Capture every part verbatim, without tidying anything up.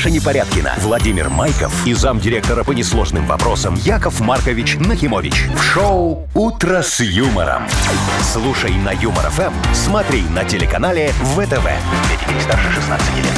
Маша Непорядкина, Владимир Майков и замдиректора по несложным вопросам Яков Маркович Нахимович. В шоу «Утро с юмором». Слушай на Юмор ФМ, смотри на телеканале ВТВ. Для детей старше шестнадцати лет.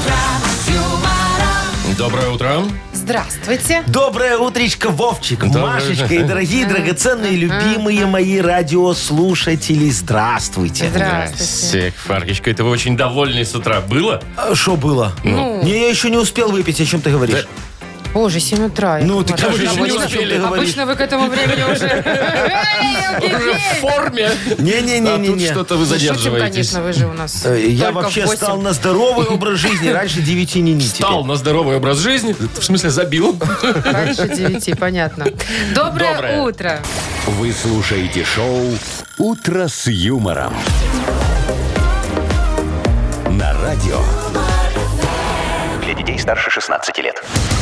Доброе утро. Здравствуйте. Доброе утречко, Вовчик, Доброе. Машечка и дорогие, драгоценные, любимые мои радиослушатели. Здравствуйте. Здравствуйте. Яков Маркович, это вы очень довольны с утра. Было? Что было? Ну. Не, я еще не успел выпить, о чем ты говоришь? Боже, семь утра. Ну, Яков ты Маркович. как же Обычно не вы- успел, ты говоришь? Обычно вы к этому времени уже... Эй, Уже в форме. А тут Не-не-не-не. что-то вы Шутим, задерживаетесь. конечно, вы же у нас Я только вообще в восемь. стал на здоровый образ жизни. Раньше девяти не ни Стал на здоровый образ жизни. В смысле, забил. Раньше девяти, понятно. Доброе, Доброе. утро. Вы слушаете шоу «Утро с юмором». На радио. Для детей старше шестнадцати лет.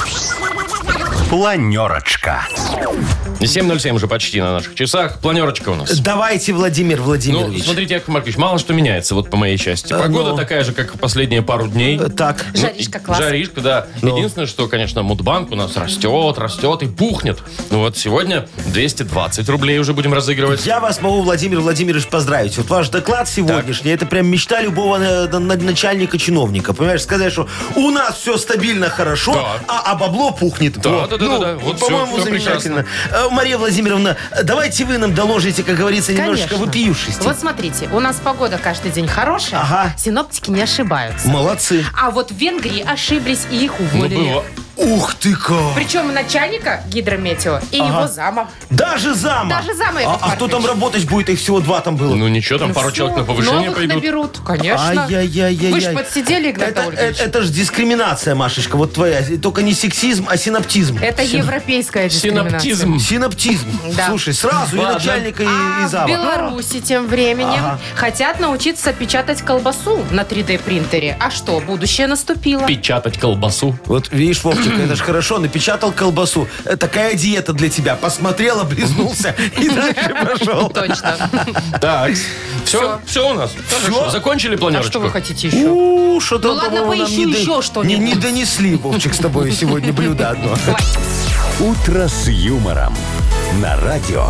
Планерочка. семь ноль семь уже почти на наших часах. Планерочка у нас. Давайте, Владимир Ну, Владимирович. смотрите, Яков Маркович, мало что меняется, вот по моей части. А, Погода ну. такая же, как последние пару дней. Так. Ну, Жаришка, и- класс. Жаришка, да. Ну. Единственное, что, конечно, Мудбанк у нас растет, растет и пухнет. Ну вот сегодня двести двадцать рублей уже будем разыгрывать. Я вас могу, Владимир Владимирович, поздравить. Вот ваш доклад сегодняшний, это прям мечта любого э, на- на- начальника-чиновника. Понимаешь, сказать, что у нас все стабильно, хорошо, Да. а, а бабло пухнет. Да, Вот. да, да, Ну, да, да. Вот всё, по-моему, всё замечательно. Э, Мария Владимировна, давайте вы нам доложите, как говорится, немножечко Конечно. выпиющести. Вот смотрите, у нас погода каждый день хорошая, Ага. синоптики не ошибаются. Молодцы. А вот в Венгрии ошиблись и их Ну, уволили. было. Ух ты как! Причем начальника гидрометео и его зама. Даже зама! Даже зама, А, Яков а кто Маркович. там работать будет? Их всего два там было. Ну ничего, там пару Всё, человек на повышение новых пойдут. наберут, конечно. Ай-яй-яй-яй-яй. Вы ж подсидели, Игнат это, Ольгович. это, это же дискриминация, Машечка, вот твоя. Только не сексизм, а синоптизм. Это европейская дискриминация. Синоптизм. Синоптизм. Да. Слушай, сразу и Ладно. начальника, и, А и в зама. Беларуси тем временем Ага. хотят научиться печатать колбасу на три дэ принтере. А что, будущее наступило. Печатать колбасу. Вот видишь, Вовчик, это же хорошо, напечатал колбасу. Э, Такая диета для тебя. Посмотрел, облизнулся и дальше пошел. Точно. Так, все, все у нас. Хорошо. Закончили А планерочку? что вы хотите еще? У, что-то, Ну ладно, по-моему, нам поищу не до- еще что-нибудь. Не, не донесли, Вовчик, с тобой сегодня блюдо одно. «Утро с юмором». На радио.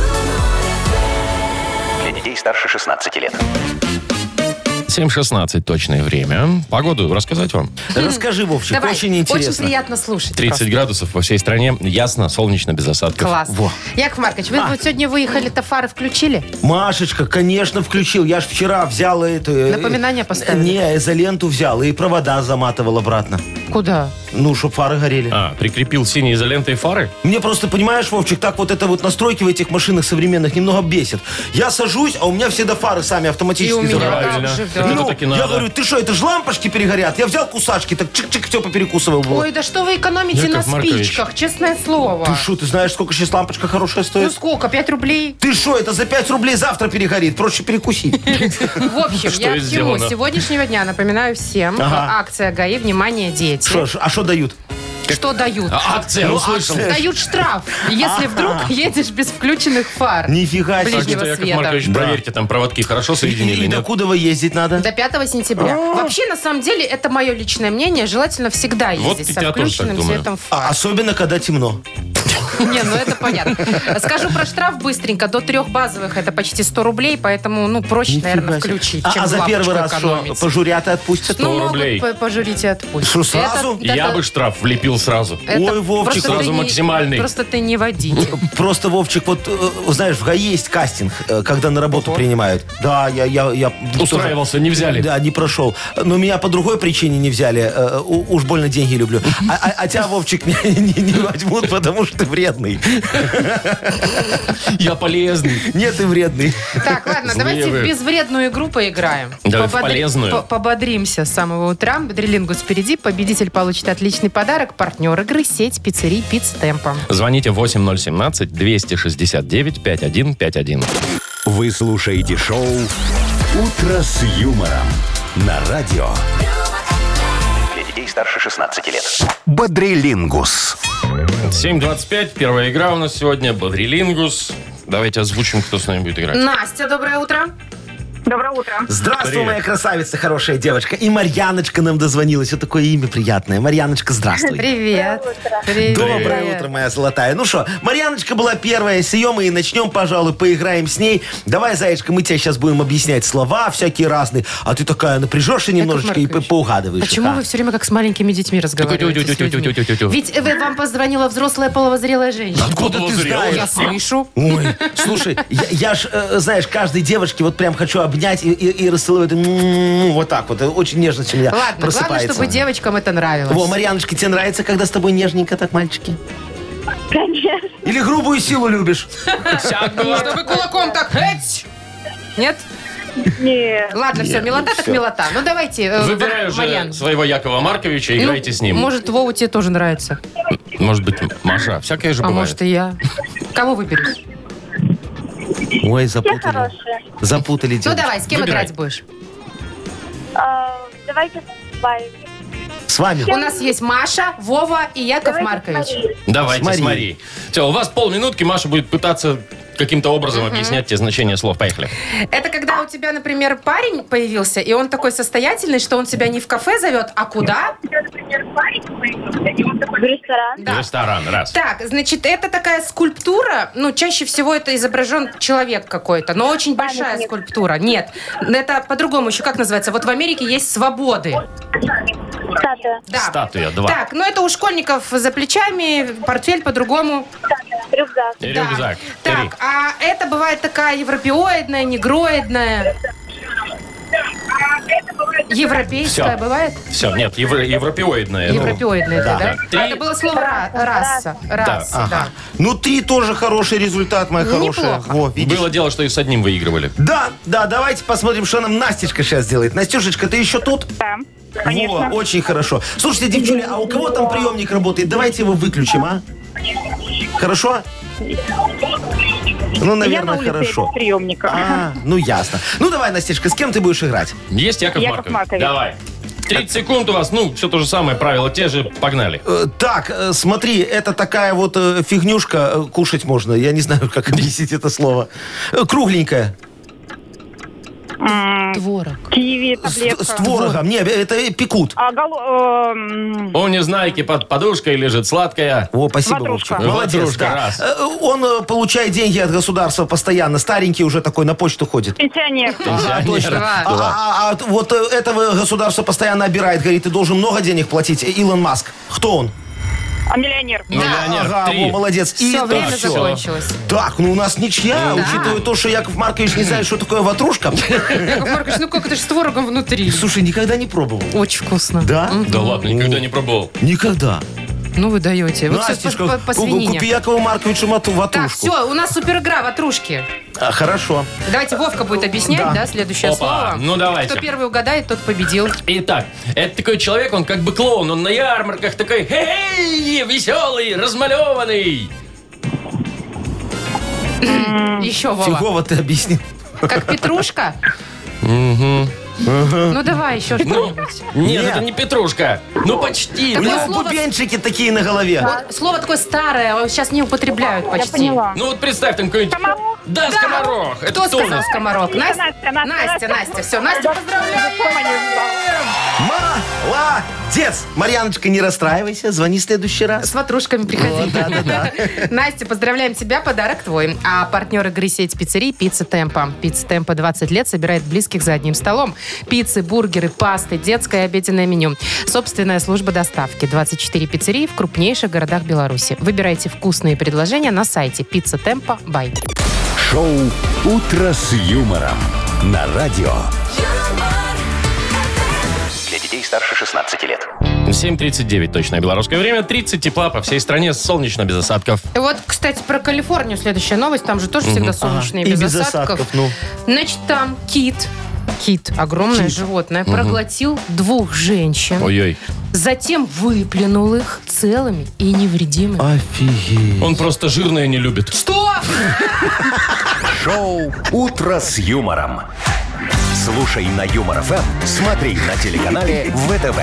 Для детей старше шестнадцати лет. семь шестнадцать точное время. Погоду рассказать вам. Расскажи, Вовчик, Давай, очень интересно. очень приятно слушать. тридцать просто. градусов во всей стране. Ясно, солнечно, без осадков. Класс. Во. Яков Маркович, вы А. вот сегодня выехали-то фары включили? Машечка, конечно, включил. Я ж вчера взял эту... э, Напоминание поставили? Не, изоленту взял и провода заматывал обратно. Куда? Ну, чтоб фары горели. А, прикрепил синей изолентой фары? Мне просто, понимаешь, Вовчик, так вот это вот настройки в этих машинах современных немного бесит. Я сажусь, а у меня всегда фары сами И автоматически у меня загораются. Правильно. так же, да. Это Ну, таки я надо. говорю, ты что, это же лампочки перегорят? Я взял кусачки, так чик-чик, все поперекусывал. было. Ой, да что вы экономите Яков на Маркович. спичках, честное слово. Ты что, ты знаешь, сколько сейчас лампочка хорошая Ну стоит? сколько, пять рублей? Ты что, это за пять рублей завтра перегорит? Проще перекусить. В общем, Что я и к чему? сделано. С сегодняшнего дня напоминаю всем. Ага. Акция ГАИ, внимание, дети. Что ж, а что дают? Что дают? А, акция, Ну, услышал. акция. Дают штраф, если вдруг едешь без включенных фар. Нифига себе. Так Ближнего что, Яков света. Маркович, Да. проверьте, там проводки хорошо И, соединили, и до нет? куда вы ездить надо? До пятого сентября. Вообще, на самом деле, это мое личное мнение. Желательно всегда Вот ездить я со тоже так включенным думаю. светом А, фар. особенно, когда темно. Не, ну это понятно. Скажу про штраф быстренько. До трех базовых это почти сто рублей, поэтому, ну, проще, Нифига наверное, себе. включить, А, чем а за лампочку первый раз что, экономить. пожурят и отпустят? Ну, могут рублей. по- пожурить и отпустить. Что, сразу? Это- Я это- бы штраф влепил сразу. это Ой, Вовчик, просто сразу ты не- максимальный. Просто ты не водитель. Просто, Вовчик, вот, э, знаешь, в ГАИ есть кастинг, э, когда на работу Ого. принимают. Да, я... я, я Устраивался, не взяли. Да, не прошел. Но меня по другой причине не взяли. Э, у- Уж больно деньги люблю. А, а- а тебя, Вовчик, не, не- не возьмут, потому что ты вредный. Я полезный. Нет, ты вредный. Так, ладно, Злые давайте вы. в безвредную игру поиграем. Давай в Пободри- полезную. по- Пободримся с самого утра. Бодрилингус впереди. Победитель получит отличный подарок. Партнер игры — сеть пиццерий Пицца Темпо. Звоните восемь ноль семнадцать двести шестьдесят девять пятьдесят один пятьдесят один. Вы слушаете шоу «Утро с юмором» на радио. Для детей старше шестнадцати лет. Бодрилингус. семь двадцать пять, первая игра у нас сегодня. Бодрилингус. Давайте озвучим, кто с нами будет играть. Настя, доброе утро. Доброе утро. Здравствуй, Привет. моя красавица, хорошая девочка. И Марьяночка нам дозвонилась. Вот такое имя приятное. Марьяночка, здравствуй. Привет. Привет. Доброе утро, моя золотая. Ну что, Марьяночка была первая, с ее мы и начнем, пожалуй, поиграем с ней. Давай, зайчка, мы тебе сейчас будем объяснять слова всякие разные, а ты такая напряжешься немножечко и Маркович, поугадываешь. Почему их, а? вы все время как с маленькими детьми разговариваете? с людьми? Тю-тю-тю-тю-тю-тю-тю-тю. Ведь э, вам позвонила взрослая половозрелая женщина. Откуда ты ты знаешь? Я слышу. Ой, слушай, я, я ж, э, знаешь, каждой девочке вот прям хочу обнять и, и, и расцеловать. М-м-м, Вот так вот. Очень нежно у меня Ладно, просыпается. главное, чтобы девочкам это нравилось. Во, Марьяночка, тебе нравится, когда с тобой нежненько так, мальчики? Конечно. Или грубую силу любишь? Всяк бывает. Чтобы кулаком так... Эть! Нет? Нет. Ладно, все, милота так милота. Ну, давайте, э, Выбирай Ва- уже Марьян. своего Якова Марковича, Ну, играйте с ним. Может, Вову тебе тоже нравится. Может быть, Маша. Всякое же А бывает. может, и я. Кого выберешь? Ой, Все запутали. хорошие. Запутали Ну, девочку. давай, с кем Выбирай. играть будешь? А, давайте с вами. С вами. У нас есть Маша, Вова и Яков Давайте Маркович. с Марией. Давайте С с Марией. Марией. Все, у вас полминутки, Маша будет пытаться каким-то образом объяснять тебе значение слов. Поехали. Это когда у тебя, например, парень появился, и он такой состоятельный, что он тебя не в кафе зовет, а куда? В ресторан. Да. Ресторан, раз. Так, значит, это такая скульптура, ну, чаще всего это изображен человек какой-то, но очень большая Памятник. скульптура. Нет, это по-другому еще как называется? Вот в Америке есть свободы. Статуя. Да. Статуя, два. Так, ну это у школьников за плечами, портфель по-другому. Рюкзак. И Да. рюкзак. Так, Три. а это бывает такая европеоидная, негроидная, европейская Всё. бывает? Все, нет, евро- европеоидное. ну, Европеоидная, да. да? Три. Это было слово ра- раса. Раса, да. Ну, три тоже хороший результат, моя Ну, хорошая. неплохо. Во, видишь? Было дело, что и с одним выигрывали. Да, да, давайте посмотрим, что нам Настечка сейчас делает. Настюшечка, ты еще тут? Да. Конечно. Во, очень хорошо. Слушайте, девчули, а у кого там приемник работает? Давайте его выключим, а? Хорошо? Ну, Я на наверное, улице хорошо. без приемника. А, ну ясно. Ну давай, Настечка, с кем ты будешь играть? Есть Яков, Яков Маркович? Маркович. Давай. тридцать секунд у вас, ну, все то же самое, правила те же, погнали. Э, так, э, смотри, это такая вот э, фигнюшка, э, кушать можно. Я не знаю, как объяснить это слово. Э, кругленькая. М, Творог. Киви, С, таблетка. с творогом. Не, это э, пекут. А, голо- эм, У Незнайки под подушкой лежит сладкая. О, спасибо, Ватрушка. Вовчик. Молодец, Ватрушка, да. раз. Э, Он э, получает деньги от государства постоянно. Старенький уже такой на почту ходит. пенсионер. Ага, Пенсионер. точно. Да. А, а- а вот э, этого государство постоянно обирает. Говорит, ты должен много денег платить. Э, Илон Маск. Кто он? А миллионер. Миллионер. Ага, Три. во, молодец. И- Все, время всё. закончилось. Так, ну у нас ничья, учитывая то, что Яков Маркович не знает, что такое ватрушка. Яков Маркович, ну как это же с творогом внутри? Слушай, никогда не пробовал. Очень вкусно. Да? Да ладно, никогда не пробовал. Никогда. Ну вы даете. Вот всё Настюшка, по, по- по ку- свинине. купи Якову Марковичу мату- Так, ватрушку. все, у нас супер игра, ватрушки. А, хорошо. Давайте Вовка будет объяснять, Да. да, следующее Опа, слово. ну давайте. Кто первый угадает, тот победил. Итак, это такой человек, он как бы клоун, он на ярмарках такой, хей, веселый, размалеванный. Еще Вова. Фигово ты объяснил. Как петрушка? Ну давай еще что-нибудь. Нет, Нет. это не Петрушка. Ну почти. У Такое него слово- бубенчики такие на голове. Вот слово такое старое, сейчас не употребляют Я почти. поняла. Ну вот представь, там какой-нибудь... Скоморох? Да, Да. скоморох. Это Кто кто у сказал нас? скоморок? Настя? Настя, Настя, Настя, Настя. Настя. Все, Настя, поздравляем. Молодец! Марьяночка, не расстраивайся, звони в следующий раз. С ватрушками приходи. Да, да, да. Настя, поздравляем тебя, подарок твой. А партнер игры сеть пиццерий «Пицца Темпо». «Пицца Темпо» двадцать лет собирает близких за одним столом. Пиццы, бургеры, пасты, детское и обеденное меню. Собственная служба доставки. двадцать четыре пиццерии в крупнейших городах Беларуси. Выбирайте вкусные предложения на сайте пицца темпо бай. Шоу «Утро с юмором» на радио. Для детей старше шестнадцати лет. семь тридцать девять точное белорусское время. тридцать тепла по всей стране, солнечно, без осадков. Вот, кстати, про Калифорнию следующая новость. Там же тоже всегда солнечно и И без, без осадков. осадков, ну. Значит, там кит, кит, огромное животное, проглотил двух женщин, Ой-ой. затем выплюнул их целыми и невредимыми. Офигеть. Он просто жирное не любит. Что? Шоу «Утро с юмором». Слушай на Юмор ФМ, смотри на телеканале ВТВ.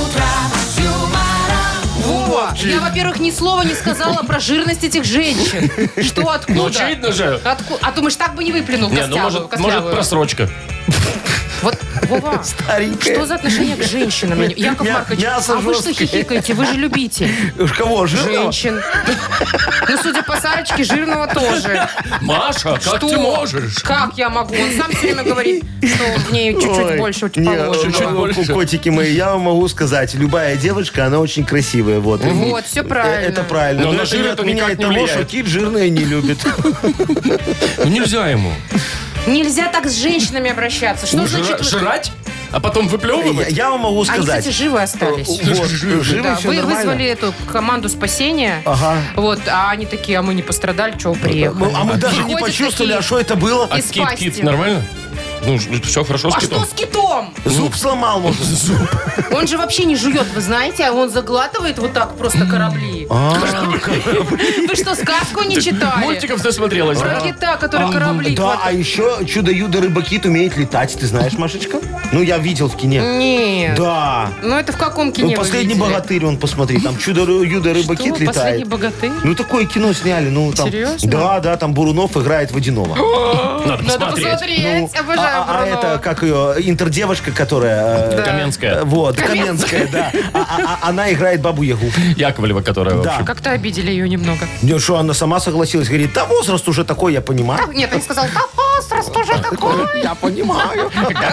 Вова, я, во-первых, ни слова не сказала про жирность этих женщин. Что, откуда? Ну, очевидно же. Отку- А думаешь, так бы не выплюнул Не, костлявую, ну может, костлявую? может просрочка. Вот, Вова, Старенькая. что за отношение к женщинам? Яков Мя- Маркович, мясо а вы что жесткое. хихикаете? Вы же любите Уж кого, жирного? женщин. Ну, судя по Сарочке, жирного тоже. Маша, как Что? ты можешь? Как я могу? Он сам все время говорит, что в ней чуть-чуть Ой, больше не, положено. чуть-чуть ну, больше. Котики мои, я вам могу сказать, любая девочка, она очень красивая. Вот, Вот, всё Э, правильно. Это правильно. Но Но на это жир не это отменяет никак не того, влияет. что кит жирные не любит. Ну, нельзя ему. Нельзя так с женщинами обращаться. Что Ну, значит... жра- вы- жрать, а потом Я, выплевывать? я вам могу Они, сказать. кстати, живы остались. Вот, живы, Да, все вы нормально. вызвали эту команду спасения. Ага. Вот, а они такие, а мы не пострадали, чего приехали. Ну, а мы даже не Ходят почувствовали, такие. а что это было? А из кит, пасти. кит, нормально? Ну, все хорошо с А китом. что с китом? Зуб сломал, может. Он же вообще не жует, вы знаете, а он заглатывает вот так просто корабли. А, Вы что, сказку не читали? Мультиков ты смотрелась, Про да? кита, который корабли Да, а хватает. еще чудо-юдо рыбакит умеет летать, ты знаешь, Машечка? Ну, я видел в кине. Нет. Да. Ну это в каком Ну, кине вы последний видели? богатырь, он посмотри, там чудо-юдо рыбакит Что, последний летает. богатырь? Ну, такое кино сняли, ну, там... Серьезно? Да, да, там Бурунов играет водяного. Надо Надо посмотреть. посмотреть, обожаю а, а Бурунова. это, как ее, интердевочка, которая... э, Да. Каменская. э, Вот, Каменская, да. А- а- а Она играет Бабу-Ягу. Яковлева, которая, в Да. общем. Как-то обидели ее немного. Ну, что, она сама согласилась, говорит, да возраст уже такой, я понимаю. Нет, он сказал, да возраст уже такой. Я понимаю.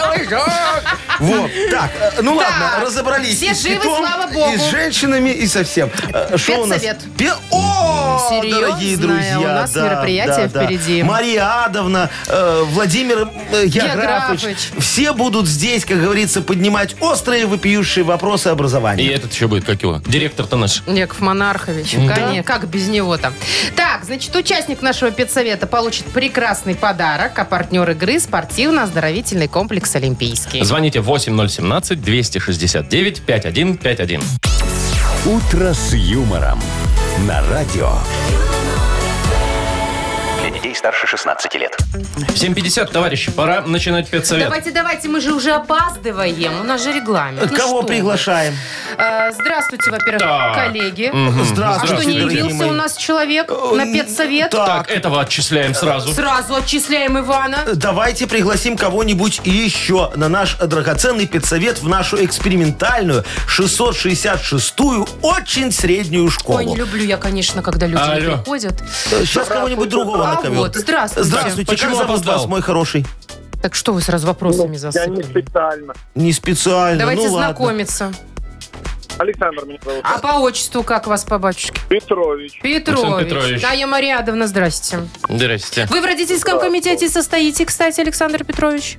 Вот, так, э, ну ладно, Так, разобрались все и с живы, китом, слава богу. и с женщинами, и со всем. Э, Что у нас? Педсовет. Пе- О, Серьезное дорогие друзья. у нас да, мероприятие да, да. впереди. Мария Адовна, э, Владимир э, Географович. Географович. Все будут здесь, как говорится, поднимать острые вопиющие вопросы И образования. этот еще будет, как его? Директор-то наш. Яков Монархович, конечно, как без него-то. Так, значит, участник нашего педсовета получит прекрасный подарок, а партнер игры спортивно-оздоровительный комплекс «Олимпийский». Звоните восемь ноль семнадцать двести шестьдесят девять пятьдесят один пятьдесят один. «Утро с юмором» на радио. Для детей старше шестнадцати лет. семь пятьдесят, товарищи, пора начинать педсовет. Давайте, давайте, мы же уже опаздываем. У нас же регламент. Ну Кого что приглашаем? вы. Э, Здравствуйте, во-первых, Так. коллеги. Мгм. А Здравствуйте, что, не дорогие явился мои. у нас человек на педсовет? Так, этого отчисляем сразу. Сразу отчисляем Ивана. Давайте пригласим кого-нибудь еще на наш драгоценный педсовет в нашу экспериментальную шестьсот шестьдесят шестую очень среднюю школу. Ой, не люблю я, конечно, когда люди не Алло. приходят. Сейчас кого-нибудь другого А на ковер. вот, здравствуйте. Здравствуйте, Почему как зовут опоздал? вас, мой хороший? Так что вы сразу вопросами Я засыпали? не специально. Не специально, Давайте ну ладно. знакомиться. Александр меня зовут. А по отчеству как вас по батюшке? Петрович. Петрович. Петрович. А я Мария Адовна, здрасте. Здрасте. Вы в родительском комитете состоите, кстати, Александр Петрович?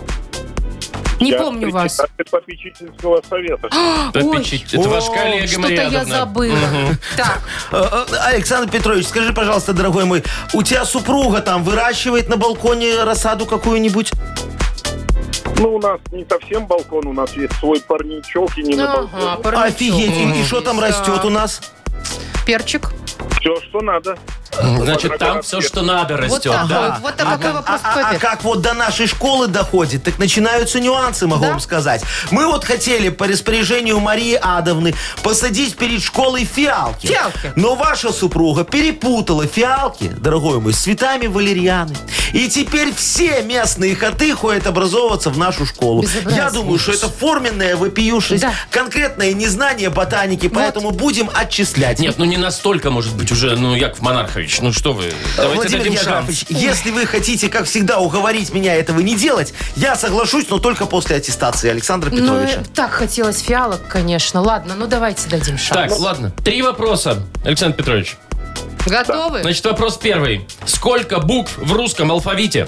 Не Я помню вас. председатель попечительского совета. Попечить. Это ваш О, коллега Что-то Мария я Адовна. забыла. Так, Э, э, Александр Петрович, скажи, пожалуйста, дорогой мой, у тебя супруга там выращивает на балконе рассаду какую-нибудь? Ну, у нас не совсем балкон, у нас есть свой парничок и не на ага, балконе. парничок. Офигеть, и- и что там Да. растет у нас? Перчик. Все, что надо. Значит, там все, что надо, Вот растет, так да? вот. Вот такой вопрос А, а- а Пепе. как вот до нашей школы доходит, так начинаются нюансы, могу Да? вам сказать. Мы вот хотели по распоряжению Марии Адовны посадить перед школой фиалки. Фиалки. Но ваша супруга перепутала фиалки, дорогой мой, с цветами валерьяны. И теперь все местные коты ходят образовываться в нашу школу. Безобразие. Я думаю, что это форменная вопиюшесть, Да. конкретное незнание ботаники, поэтому будем отчислять. Нет, ну не настолько, может быть, уже, ну, Яков Монархович, ну что вы, давайте Владимир дадим шанс. Географович, если вы хотите, как всегда, уговорить меня этого не делать, я соглашусь, но только после аттестации Александра Ну, Петровича. э, так хотелось фиалок, конечно. Ладно, ну давайте дадим шанс. Так, ладно. Три вопроса, Александр Петрович. Готовы? Значит, вопрос первый. Сколько букв в русском алфавите?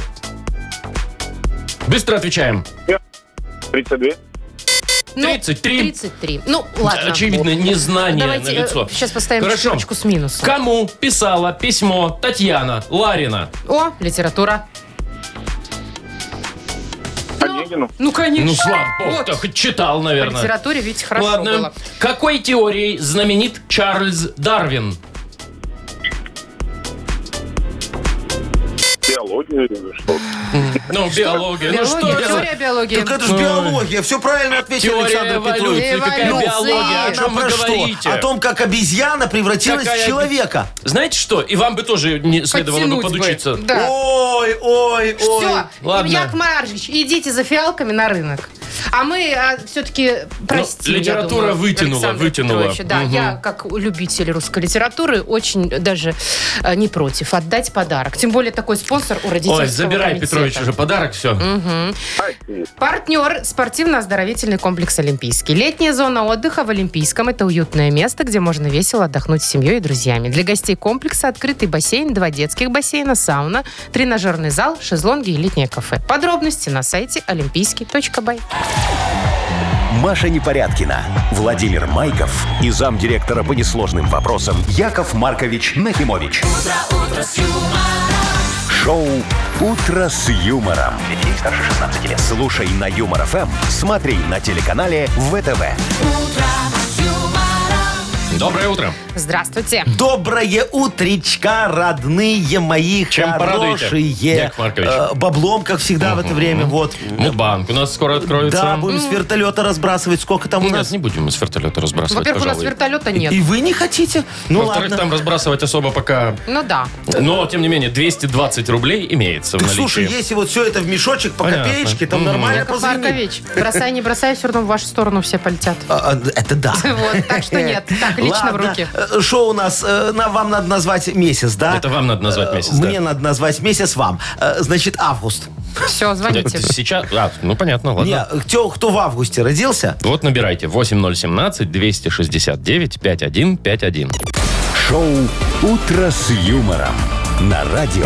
Быстро отвечаем. тридцать два. Ну, тридцать три. тридцать три. Ну, ладно. Очевидно, незнание Давайте на лицо. сейчас поставим Хорошо. четверочку с минусом. Кому писала письмо Татьяна Ларина? О, литература. Онегину. Ну, конечно. Ну, слава богу, Вот. так хоть читал, По наверное. литературе ведь хорошо Ладно. было. Какой теорией знаменит Чарльз Дарвин? Биология. биология или что? Ну, биология. Ну, что Биология, это? теория биологии. Так это же биология. Все правильно ответил Теория Александр Петрович. эволюции. Какая Эволюция. биология? О Она чем вы про что? говорите? О том, как обезьяна превратилась Какая в человека. Знаете что? И вам бы тоже не следовало бы Подтянуть бы. подучиться. Да. Ой, ой, ой. Все, Ладно. Яков Маркович, идите за фиалками на рынок. А мы а, все-таки простим, Ну, литература я думаю, вытянула, Александра вытянула. Петровича. Да, Мгм. я, как любитель русской литературы, очень даже э, не против отдать подарок. Тем более такой спонсор у родительского Ой, забирай, комитета. Петрович, уже подарок, все. Партнер – спортивно-оздоровительный комплекс «Олимпийский». Летняя зона отдыха в Олимпийском – это уютное место, где можно весело отдохнуть с семьей и друзьями. Для гостей комплекса открытый бассейн, два детских бассейна, сауна, тренажерный зал, шезлонги и летнее кафе. Подробности на сайте олимпийский точка бай. Маша Непорядкина, Владимир Майков и замдиректора по несложным вопросам Яков Маркович Нахимович. Шоу «Утро с юмором». Для детей старше шестнадцати лет. Слушай на Юмор ФМ, смотри на телеканале ВТВ. Доброе утро. Здравствуйте. Доброе утречка, родные мои Чем порадуете, хорошие. Яков Маркович? Э, баблом, как всегда в это время. Вот. Мудбанк у нас скоро откроется. Да, будем с вертолета разбрасывать. Сколько там у Нет, нас? не будем мы с вертолета разбрасывать, Во-первых, у нас пожалуй. вертолета нет. И вы не хотите? Ну Во-вторых, ладно. там разбрасывать особо пока... Ну да. Но, тем не менее, двести двадцать рублей имеется в Так, наличии. слушай, если вот все это в мешочек по Понятно. копеечке, там Мгм. нормально Яков позвонить. Маркович, бросай, не бросай, все равно в вашу сторону все полетят. А, а, Это да. Вот, так что нет. Так, лично в Ладно. руки. Э, Что у нас? Э, на- Вам надо назвать месяц, да? Это вам надо назвать Э, месяц, да. Мне надо назвать месяц вам. Э, Значит, август. Все, звоните. Это сейчас... А, ну понятно, ладно. Не, кто, кто в августе родился? Вот набирайте восемь ноль семнадцать двести шестьдесят девять пятьдесят один пятьдесят один. Шоу «Утро с юмором» на радио.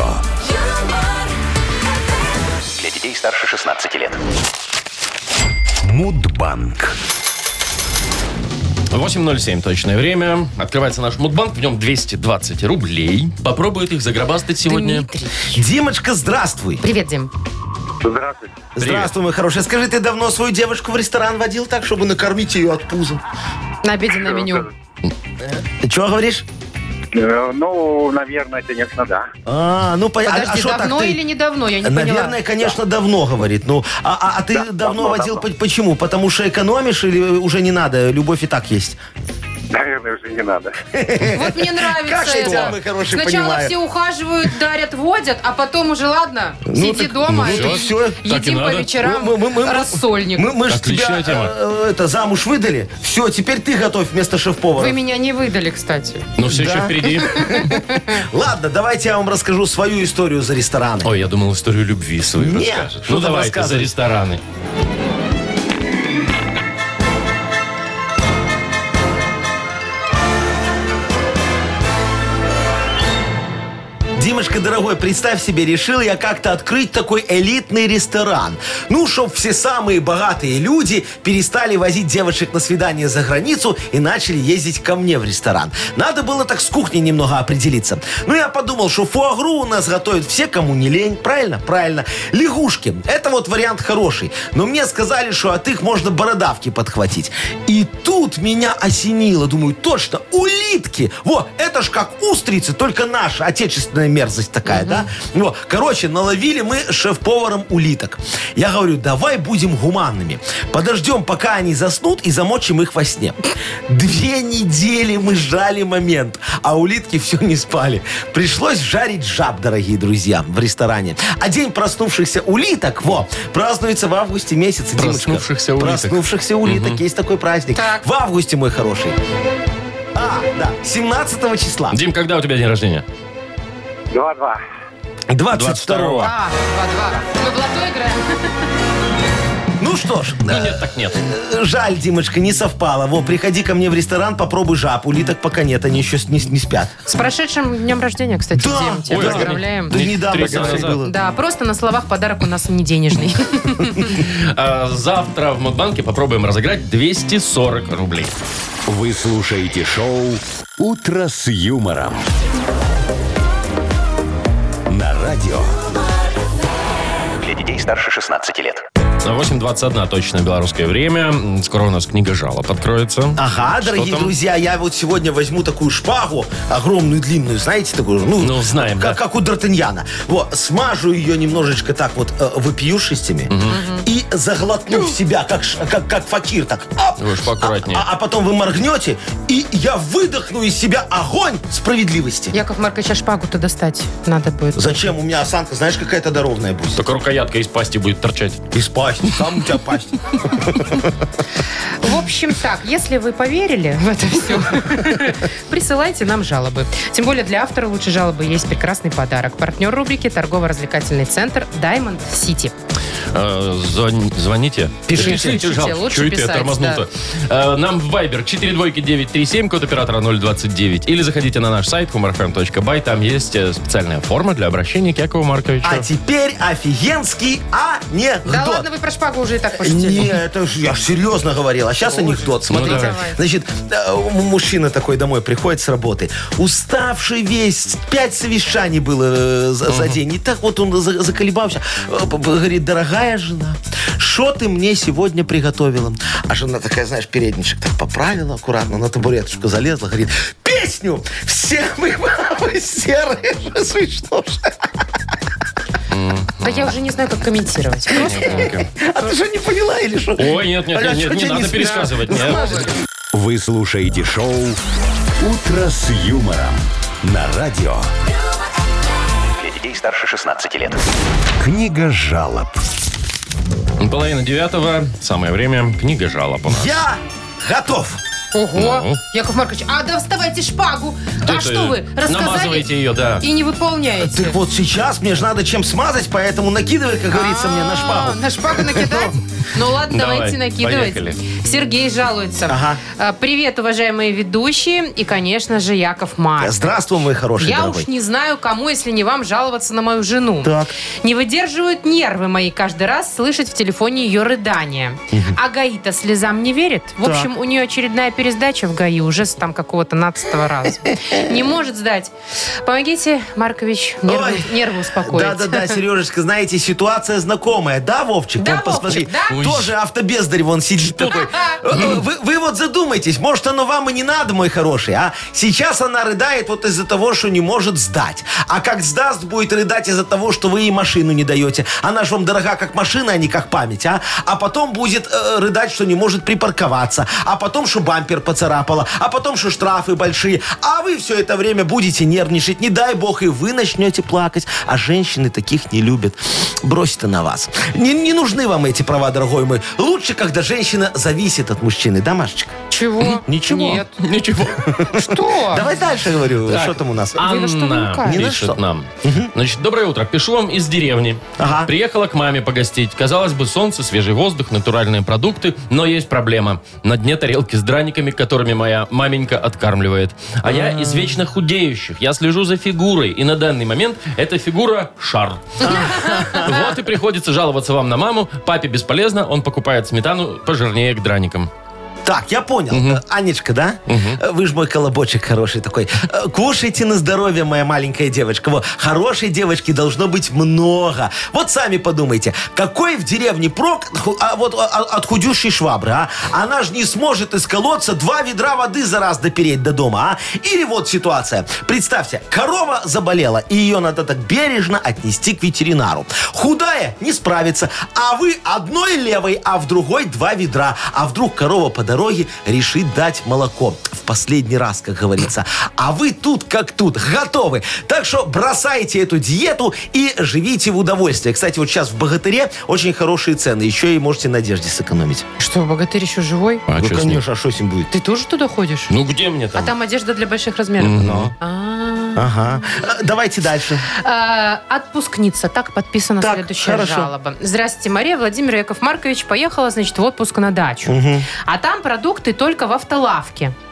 Для детей старше шестнадцати лет. Мудбанк. восемь ноль семь точное время. Открывается наш мудбанк. В нем двести двадцать рублей. Попробует их загробастать сегодня. Дмитрий. Димочка, здравствуй. Привет, Дим. Здравствуйте. Здравствуй, мой хороший. Скажи, ты давно свою девушку в ресторан водил так, чтобы накормить ее от пуза? На обеденное меню. Ты что говоришь? Э, Ну, наверное, конечно, да. А, ну, по- а- а Подожди, шо так давно ты- или недавно? Я не Наверное, поняла. конечно, давно, говорит. Ну, а, а- а ты Да, давно давно, водил, давно. по- почему? Потому что экономишь или уже не надо? Любовь и так есть. Наверное, уже не надо. Вот мне нравится Как же я это. тебя, мой хороший, Сначала понимаю. все ухаживают, дарят, водят, а потом уже, ладно, сиди так, дома ну, и так всё, так и едим по надо. вечерам Мы- мы- мы- рассольник. Мы, мы же Отличная тебя тема. э, это, замуж выдали. Все, теперь ты готовь вместо шеф-повара. Вы меня не выдали, кстати. Но все Да. еще впереди. Ладно, давайте я вам расскажу свою историю за рестораны. Ой, я думал, историю любви свою Нет, расскажет. что Ну там давайте, за рассказывать? рестораны. Димочка, дорогой, представь себе, решил я как-то открыть такой элитный ресторан. Ну, чтоб все самые богатые люди перестали возить девушек на свидание за границу и начали ездить ко мне в ресторан. Надо было так с кухней немного определиться. Ну, я подумал, что фуагру у нас готовят все, кому не лень. Правильно? Правильно. Лягушки. Это вот вариант хороший. Но мне сказали, что от их можно бородавки подхватить. И тут меня осенило. Думаю, точно, улитки. Во, это ж как устрицы, только наша отечественная мерзость такая, да? Во, короче, наловили мы с шеф-поваром улиток. Я говорю, давай будем гуманными. Подождем, пока они заснут, и замочим их во сне. Две недели мы ждали момент, а улитки все не спали. Пришлось жарить жаб, дорогие друзья, в ресторане. А день проснувшихся улиток, во, празднуется в августе месяце, Димочка. Проснувшихся улиток. Проснувшихся улиток. Есть такой праздник. Так. В августе, мой хороший. А, да, семнадцатого числа. Дим, когда у тебя день рождения? Два-два. двадцать второго. А, два-два. Мы в лото играем. Ну что ж, Ну э, нет, так нет. жаль, Димочка, не совпало. Во, приходи ко мне в ресторан, попробуй жаб. Улиток пока нет, они еще с- не, не спят. С прошедшим днем рождения, кстати, Да. Дим. Тебя Ой, поздравляем. Да недавно Три как раз назад. было. Да, просто на словах подарок у нас не денежный. А, завтра в Мудбанке попробуем разыграть двести сорок рублей. Вы слушаете шоу «Утро с юмором» на радио. Для детей старше шестнадцати лет. восемь двадцать один точно белорусское время. Скоро у нас книга жалоб откроется. Ага, Что дорогие там? друзья, я вот сегодня возьму такую шпагу, огромную, длинную, знаете, такую, ну, Ну, знаем, как, да. как у Д'Артаньяна. Вот, смажу ее немножечко так вот э, вопиюшестями и заглотну в себя, как, ш- как, как факир, так. Оп, Вы уж поаккуратнее. а, а потом вы моргнете, и я выдохну из себя огонь справедливости. Яков Маркович, а шпагу-то достать надо будет. Зачем? У меня осанка, знаешь, какая-то дородная будет. Только рукоятка из пасти будет торчать. Из пасти, там у тебя пасть. В общем так, если вы поверили в это все, присылайте нам жалобы. Тем более для автора лучшей жалобы есть прекрасный подарок. Партнер рубрики торгово-развлекательный центр Diamond City. Э, звон- Звоните. Пишите. Пишите, жалобы. лучше Чё это я писать, тормознул-то? Э, Нам в Viber четыре двойки девять три семь, код оператора ноль двадцать девять. Или заходите на наш сайт humor f m точка by. Там есть э, специальная форма для обращения к Якову Марковичу. А теперь офигенский анекдот. Да ладно, вы про шпагу уже и так пошутили. Не, это ж я ж серьезно говорил. А сейчас анекдот. Смотрите. Ну, давай. Значит, э, мужчина такой домой приходит с работы. Уставший весь. Пять совещаний было э, за, за день. И так вот он за- заколебался. Э, п- п- Говорит, дорогая жена, что ты мне сегодня приготовила? А жена такая, знаешь, передничек так поправила аккуратно, на табуреточку залезла. Говорит, песню! Все мы бабы серые. Смешно же. Да я уже не знаю, как комментировать. Просто А ты что, не поняла или что? Ой, нет, нет, А нет, что нет, не тебе надо смешно? пересказывать. нет. Вы слушаете шоу «Утро с юмором» на радио. Для детей старше шестнадцати лет. Книга жалоб. Половина девятого. Самое время. Книга жалоб у нас. Я готов. Ого, Ну. Яков Маркович, а да вставайте шпагу. А Это, что вы, рассказали намазываете ее, да. и не выполняете? Так вот сейчас мне же надо чем смазать, поэтому накидывай, как говорится, мне на А, шпагу. На шпагу накидать? Ну ладно, Давай, давайте накидывать. поехали. Сергей жалуется. Ага. А, Привет, уважаемые ведущие. И, конечно же, Яков Маркович. Здравствуй, мой хороший Я дорогой. уж не знаю, кому, если не вам, жаловаться на мою жену. Так. Не выдерживают нервы мои каждый раз слышать в телефоне ее рыдания. А ГАИ-то слезам не верит. В Так. общем, у нее очередная пересдача в ГАИ уже с там какого-то нацатого раза. Не может сдать. Помогите, Маркович, нервы, Ой. нервы успокоить. Да-да-да, Сережечка, знаете, ситуация знакомая. Да, Вовчик? Да, Вон, посмотри. Вовчик, да? Ой. Тоже автобездарь вон сидит такой. Вы, вы вот задумайтесь, может, оно вам и не надо, мой хороший, а? Сейчас она рыдает вот из-за того, что не может сдать. А как сдаст, будет рыдать из-за того, что вы ей машину не даете. Она же вам дорога как машина, а не как память, а? А потом будет э, рыдать, что не может припарковаться. А потом, что бампер поцарапала. А потом, что штрафы большие. А вы все это время будете нервничать. Не дай бог, и вы начнете плакать. А женщины таких не любят. Брось-то на вас. Не, не нужны вам эти права, дорогой мой. Лучше, когда женщина зависит от мужчины. Да, Машечка? Чего? Ничего. Нет. Ничего. Что? Давай дальше, говорю. Так, Что там у нас? Вы на что Анна намекаете? Ни на пишет что. нам. Значит, доброе утро. Пишу вам из деревни. Ага. Приехала к маме погостить. Казалось бы, солнце, свежий воздух, натуральные продукты. Но есть проблема. На дне тарелки с драниками, которыми моя маменька откармливает. А я из вечно худеющих. Я слежу за фигурой. И на данный момент эта фигура шар. Вот и приходится жаловаться вам на маму. Папе бесполезно. Он покупает сметану пожирнее к драникам. Так, я понял. Э, Анечка, да? Э, Вы же мой колобочек хороший такой. Э, Кушайте на здоровье, моя маленькая девочка. Вот, хорошей девочки должно быть много. Вот сами подумайте, какой в деревне прок ху- а, вот, а, от худющей швабры, а? Она же не сможет из колодца два ведра воды за раз допереть до дома, а? Или вот ситуация. Представьте, корова заболела, и ее надо так бережно отнести к ветеринару. Худая не справится, а вы одной левой, а в другой два ведра. А вдруг корова по дороге решит дать молоко. В последний раз, как говорится. А вы тут как тут, готовы. Так что бросайте эту диету и живите в удовольствие. Кстати, вот сейчас в «Богатыре» очень хорошие цены. Еще и можете на одежде сэкономить. Что, богатырь еще живой? А ну, чё с ним? конечно, а что с ним будет? Ты тоже туда ходишь? Ну где мне А там? там одежда для больших размеров? Ну. А. Ага. Э, Давайте дальше. А, Отпускница. Так подписана Так, следующая хорошо. жалоба. Здравствуйте, Мария. Владимир Яков Маркович поехала, значит, в отпуск на дачу. А там продукты только в автолавке.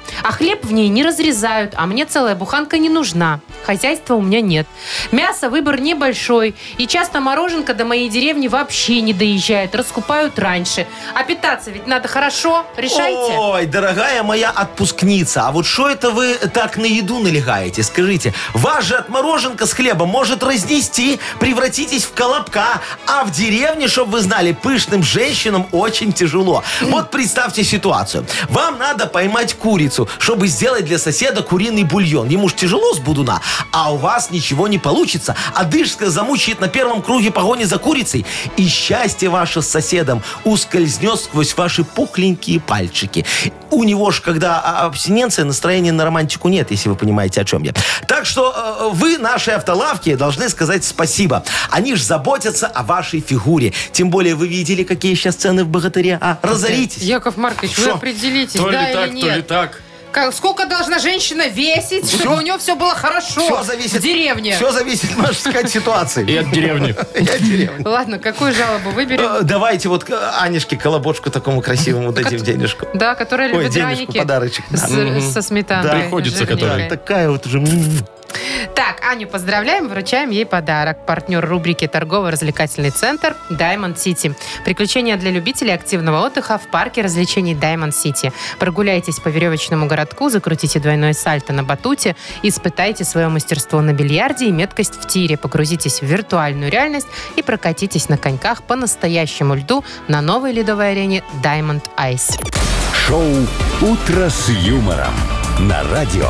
А хлеб в ней не разрезают, а мне целая буханка не нужна. Хозяйства у меня нет. Мясо выбор небольшой. И часто мороженка до моей деревни вообще не доезжает. Раскупают раньше. А питаться ведь надо хорошо. Решайте. Ой, дорогая моя отпускница, а вот что это вы так на еду налегаете? Скажите, вас же от мороженка с хлебом может разнести, превратитесь в колобка, а в деревне, чтобы вы знали, пышным женщинам очень тяжело. Вот представьте ситуацию. Вам надо поймать курицу, чтобы сделать для соседа куриный бульон. Ему ж тяжело с будуна, а у вас ничего не получится. Одышка замучает на первом круге погони за курицей, и счастье ваше с соседом ускользнет сквозь ваши пухленькие пальчики. У него ж, когда абстиненция, настроения на романтику нет, если вы понимаете, о чем я. Так что э, вы, наши автолавки, должны сказать спасибо. Они ж заботятся о вашей фигуре. Тем более вы видели, какие сейчас цены в «Богатыре». А, разоритесь. Яков Маркович, вы Шо? определитесь, То ли да так, или то ли нет. так. Как- сколько должна женщина весить, чтобы Всё- у нее все было хорошо Все зависит, в деревне? Все зависит, можно сказать, ситуации. И от деревни. И от деревни. Ладно, какую жалобу выберем? Э, Давайте вот э, Анечке колобочку такому красивому дадим денежку. Да, которая Ой, любит денежку, драники подарочек. Да. с- со сметаной. Да. Приходится, жирненькой. которая. Такая вот уже... м. Так, Аню поздравляем, вручаем ей подарок. Партнер рубрики «Торгово-развлекательный центр» Diamond City. Приключения для любителей активного отдыха в парке развлечений Diamond City. Прогуляйтесь по веревочному городку, закрутите двойное сальто на батуте, испытайте свое мастерство на бильярде и меткость в тире. Погрузитесь в виртуальную реальность и прокатитесь на коньках по настоящему льду на новой ледовой арене Diamond Ice. Шоу «Утро с юмором» на радио.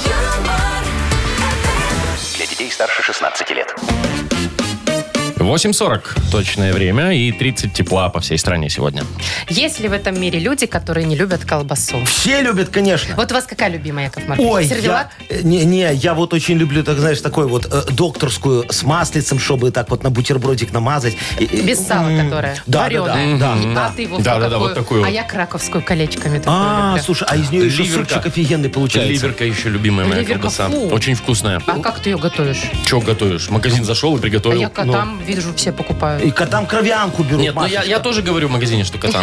Для детей старше шестнадцати лет. восемь сорок точное время и тридцать тепла по всей стране сегодня. Есть ли в этом мире люди, которые не любят колбасу? Все любят, конечно. Вот у вас какая любимая, Яков Маркович? Ой, Сервелат? я, не, не, я вот очень люблю, так знаешь, такой вот э, докторскую с маслицем, чтобы так вот на бутербродик намазать. И- и- Без сала, м, которая Да, да, вареная. да, да, да. А ты, Вовка, Да-да-да, какую? вот такую А вот. я краковскую колечками такую А, люблю. слушай, а из нее еще Ливерка. супчик офигенный получается. Ливерка еще любимая моя Ливерка, колбаса. фу. Очень вкусная. А как ты ее готовишь? Че готовишь? В магазин зашел и А приготовил. я котам, вижу, все покупают. И котам кровянку берут. Нет, ну я, Машечка. я тоже говорю в магазине, что котам.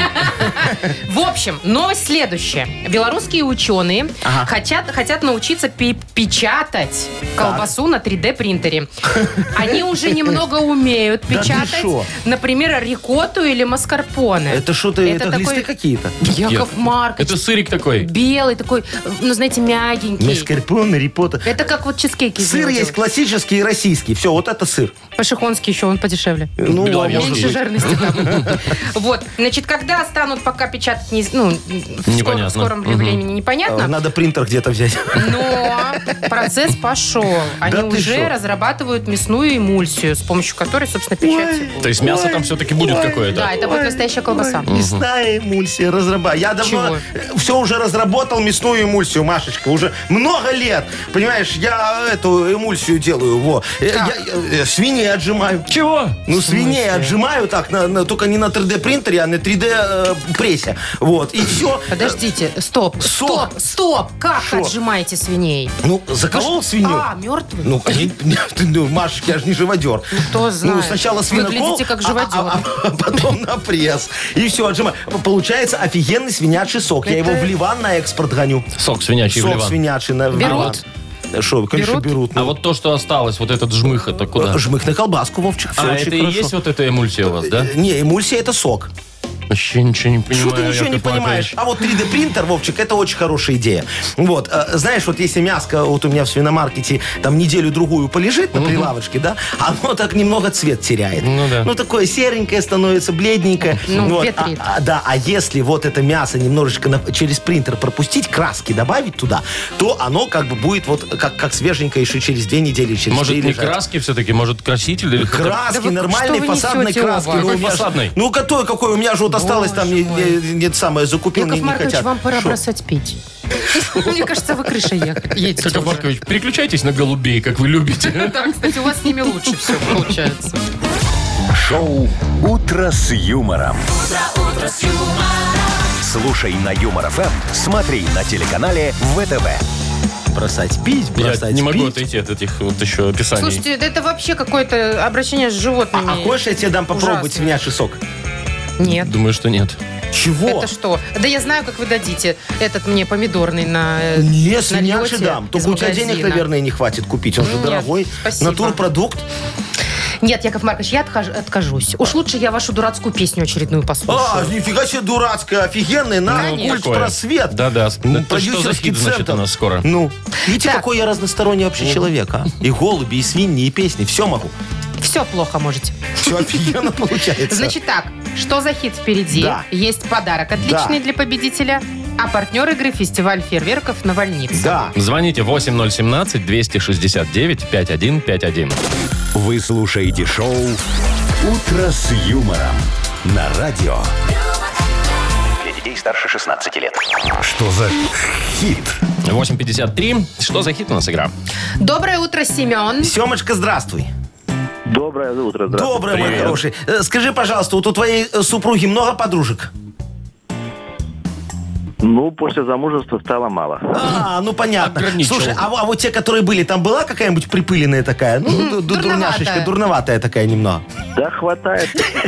В общем, новость следующая. Белорусские ученые Ага. хотят, хотят научиться пи- печатать колбасу на три дэ принтере. Они уже немного умеют Да ты печатать, шо? например, рикотту или маскарпоне. Это что-то, это, такой- глисты какие-то. Яков Маркович. Это сырик такой. Белый такой, ну, знаете, мягенький. Маскарпоне, репота. Это как вот чизкейки Сыр делают. есть классический и российский. Все, вот это сыр. Пашихонский еще, он подешевле. Ну, а Беловежский. может Меньше быть. жирности там. Вот. Значит, когда станут пока печатать, не- ну, в скором, Непонятно. в скором времени А, непонятно. Надо принтер где-то взять. Но процесс пошел. Они Да ты уже шо? разрабатывают мясную эмульсию, с помощью которой, собственно, печать Ой. То есть мясо там все-таки будет какое-то. Да, это будет настоящая колбаса. Мясная эмульсия разрабатываю. Я давно все уже разработал мясную эмульсию, Машечка. Уже много лет. Понимаешь, я эту эмульсию делаю. Во. Э, Я, я, э, свиней отжимаю. Чего? Ну, свиней отжимаю так, на- на- только не на три дэ принтере, а на три дэ э, прессе. Вот, и все. Подождите, стоп, Сок. стоп, стоп. Как Шо? отжимаете свиней? Ну, заколол свинью. А, мертвый? Ну, конечно, ну, Машечка, я же не живодер. кто знает. Ну, сначала свинокол, Выглядите как а- живодер. а, а- а потом на пресс. И все, отжимаю. Получается офигенный свинячий сок. Я Это- его в Ливан на экспорт гоню. Сок свинячий в Сок Ливан. свинячий на в Берут? Ливан. Что, конечно, Берут? берут. А ну. вот то, что осталось, вот этот жмых, это куда? Жмых на колбаску, Вовчик. Все А очень это и хорошо. есть вот эта эмульсия у вас, да? Э, Не, эмульсия это сок. Вообще ничего не понимаю. Что ты ничего не Яков Маркович. понимаешь? А вот три дэ принтер, Вовчик, это очень хорошая идея. Вот, э, знаешь, вот если мяско вот у меня в свиномаркете там неделю-другую полежит на прилавочке, да, оно так немного цвет теряет. Ну да. Ну такое серенькое становится, бледненькое. Ну, Вот, ветрит. а- а, да, а если вот это мясо немножечко на- через принтер пропустить, краски добавить туда, то оно как бы будет вот как, как свеженькое еще через две недели, через Может, три не лежать. краски все-таки, может, краситель или хотя бы- Краски, Да вы- нормальной что вы фасадной несете, краски. Вова? Ну, Какой у меня ж- фасадной? Ну, какой, какой? У меня же вот осталось там, не, Боже не- не самое, закупил, Яков не, не Маркович, хотят. вам пора Шо? бросать пить. Мне кажется, вы крышей ехали- едете Яков уже. Маркович, переключайтесь на голубей, как вы любите. Да, кстати, у вас с ними лучше все получается. Шоу «Утро с юмором». Слушай на Юмор ФМ, смотри на телеканале вэ тэ вэ. Бросать пить, Я бросать не могу пить. отойти от этих вот еще описаний. Слушайте, да это вообще какое-то обращение с животными. А хочешь, я тебе дам попробовать Ужасно. свинячий сок? Нет. Думаю, что нет. Чего? Это что? Да я знаю, как вы дадите этот мне помидорный на э, Не, на свинячий лёте дам. из Только у тебя магазина. денег, наверное, не хватит купить. Он же Нет, дорогой. спасибо. Натурпродукт. Нет, Яков Маркович, я отхож- откажусь. Уж лучше я вашу дурацкую песню очередную послушаю. А, нифига себе дурацкая, офигенная. На, Конечно. культ просвет. Да-да. Ну, Это что за продюсерский хит, значит, центр. у нас скоро? Ну, видите, Так. какой я разносторонний вообще человек, а? И голуби, и свиньи, и песни. Все могу. Все плохо можете. Все офигенно получается. Значит так, что за хит впереди? Да. Есть подарок отличный Да. для победителя. А партнер игры – фестиваль фейерверков «Навальница». Да. Звоните восемь ноль семнадцать двести шестьдесят девять пятьдесят один пятьдесят один. Вы слушаете шоу «Утро с юмором» на радио. Для детей старше шестнадцати лет. Что за хит? восемь пятьдесят три. Что за хит у нас игра? Доброе утро, Семен. Семочка, здравствуй. Доброе утро, здравствуйте. Доброе, мой Привет. хороший. Э, Скажи, пожалуйста, вот у твоей э, супруги много подружек? Ну, после замужества стало мало. А, ну понятно. Ограничил. Слушай, а, во- а вот те, которые были, там была какая-нибудь припыленная такая? Ну, ду- ду- дурноватая. дурняшечка, дурноватая такая немного. Да, хватает.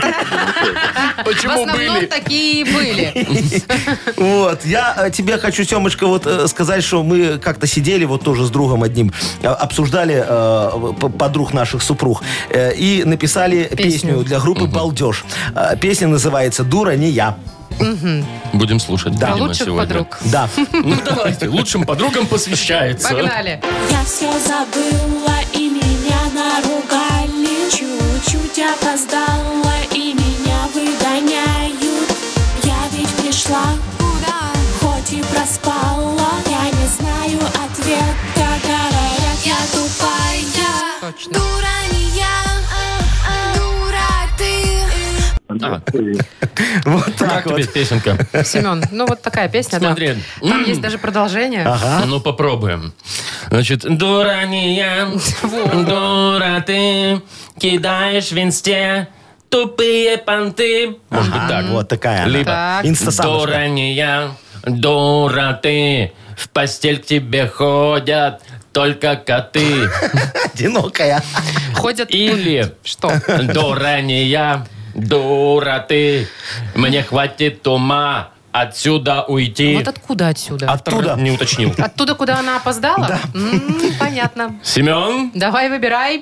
В основном такие и были. Вот, я э, тебе хочу, Семочка, вот э, сказать, что мы как-то сидели вот тоже с другом одним, э, обсуждали э, п- подруг наших супруг э, и написали Песню. песню для группы «Балдеж». Э, Песня называется «Дура не я». Будем слушать, Про видимо, лучших сегодня. подруг. Да. Ну, давайте. Лучшим подругам посвящается. Погнали. Я все забыла и меня наругали. Чуть-чуть опоздала и меня выгоняют. Я ведь пришла, хоть и проспала. Я не знаю ответа, говорят, я тупая. Точно. Дура не я, дура ты. А, Вот как так вот. тебе песенка? Семен, ну вот такая песня, да. Смотри. Там есть даже продолжение. Ну, попробуем. Значит, дура не я, дура ты, кидаешь в инсте тупые понты. Может быть, так. Вот такая она. Либо Так. Инстасамочка. дура не я, дура ты, в постель к тебе ходят только коты. Одинокая. Ходят... Или Что? дура не я, дура ты, мне хватит ума отсюда уйти. Вот откуда отсюда? Оттуда. Не уточнил. Оттуда, куда она опоздала? Да. М, понятно. Семен? Давай выбирай.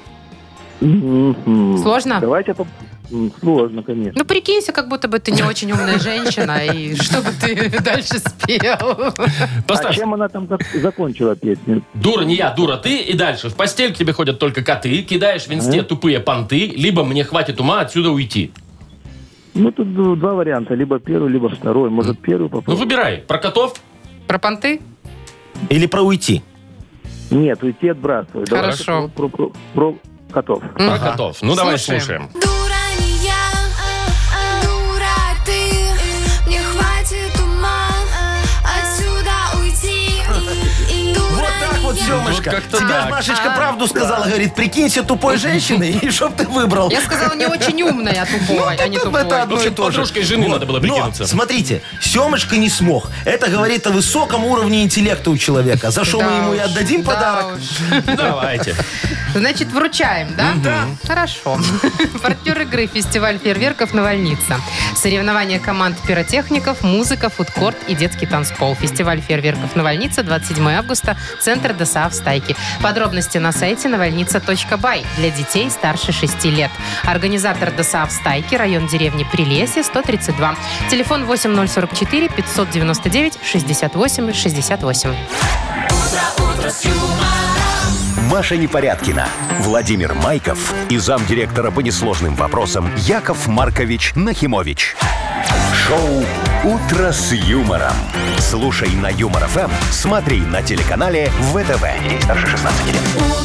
Мгм. Сложно? Давайте по... М, Сложно, конечно. Ну, прикинься, как будто бы ты не очень умная женщина, и чтобы ты дальше спел. А Поставь. чем она там зак- закончила песню? Дура не я, дура ты. И дальше. В постель к тебе ходят только коты. Кидаешь в инсте тупые понты. Либо мне хватит ума отсюда уйти. Ну, тут д- два варианта. Либо первый, либо второй. Может, первый Ну, попробуем? выбирай. Про котов? Про понты? Или про уйти. Нет, уйти отбрасывай. Давайте Хорошо. Про, про- про- про котов. Про котов. Ну, давай Слушаем. слушаем. Дура не я, дура ты. Мне хватит ума отсюда уйти. Вот так вот, Семочка. Вот как-то Тебе так. ж Машечка правду сказала, говорит, прикинься тупой женщиной, и чтоб ты выбрал. Я сказала, не очень умная, а тупой, а не Это тупой. одно В и общем, то же. подружкой жены надо было прикинуться. Но, смотрите, Семочка не смог. Это говорит о высоком уровне интеллекта у человека. За что Да мы ему и уж, отдадим да подарок. уж. Давайте. Значит, вручаем, да? Да. Хорошо. Партнер игры «Фестиваль фейерверков «Навальница». Соревнования команд пиротехников, музыка, фудкорт и детский танцпол. Фестиваль фейерверков «Навальница», двадцать седьмого августа, центр ДОСААФ «Стайки». Подробности на сайте навальница точка бай для детей старше шести лет. Организатор ДОСААФ «Стайки», район деревни Прилесье, сто тридцать два. Телефон восемь ноль сорок четыре пятьсот девяносто девять шестьдесят восемь шестьдесят восемь. Маша Непорядкина, Владимир Майков и замдиректора по несложным вопросам Яков Маркович Нахимович. Шоу «Утро с юмором». Слушай на Юмор ФМ, смотри на телеканале ВТВ. Ей старше шестнадцати лет.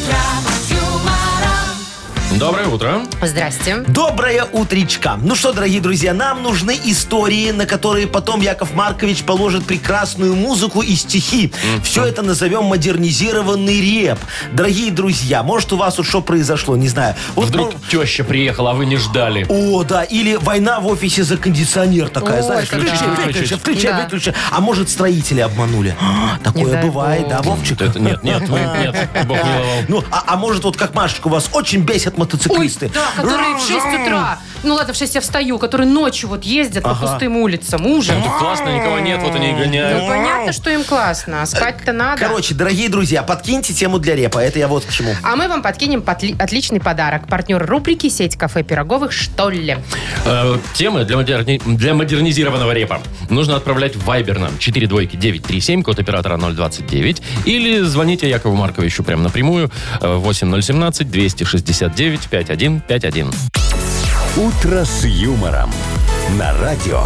Доброе утро. Здрасте. Доброе утречка. Ну что, дорогие друзья, нам нужны истории, на которые потом Яков Маркович положит прекрасную музыку и стихи. Все это назовем модернизированный реп. Дорогие друзья, может, у вас вот что произошло, не знаю. Вот, Вдруг ну, теща приехала, а вы не ждали. О, да, или война в офисе за кондиционер такая, Ой, знаешь, как включи, да. выключи, включи, Да. выключи. А может, строители обманули. А, Не такое дай бывает, бог. да, Вовчик? Это нет, нет, вы, нет, Бог миловал. Ну, а, а может, вот как Машечка, у вас очень бесит мотоциклисты. Ой, да, которые в шесть утра. Ну ладно, в шесть я встаю, которые ночью вот ездят по пустым улицам. Ужас. Ну, тут классно, никого нет, вот они и Ну, гоняют. понятно, что им классно, а спать-то надо. Короче, дорогие друзья, подкиньте тему для репа. Это я вот к чему. А мы вам подкинем потли- отличный подарок. Партнер рубрики «Сеть кафе пироговых «Что ли?». Э, темы для, модерни- для модернизированного репа нужно отправлять в Viber нам четыре двойки девять три семь, код оператора ноль двадцать девять. Или звоните Якову Марковичу прямо напрямую э, восемь ноль семнадцать двести шестьдесят девять пятьдесят один пятьдесят один. «Утро с юмором» на радио.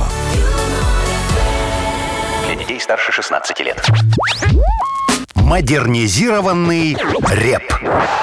Для детей старше шестнадцати лет. Модернизированный реп.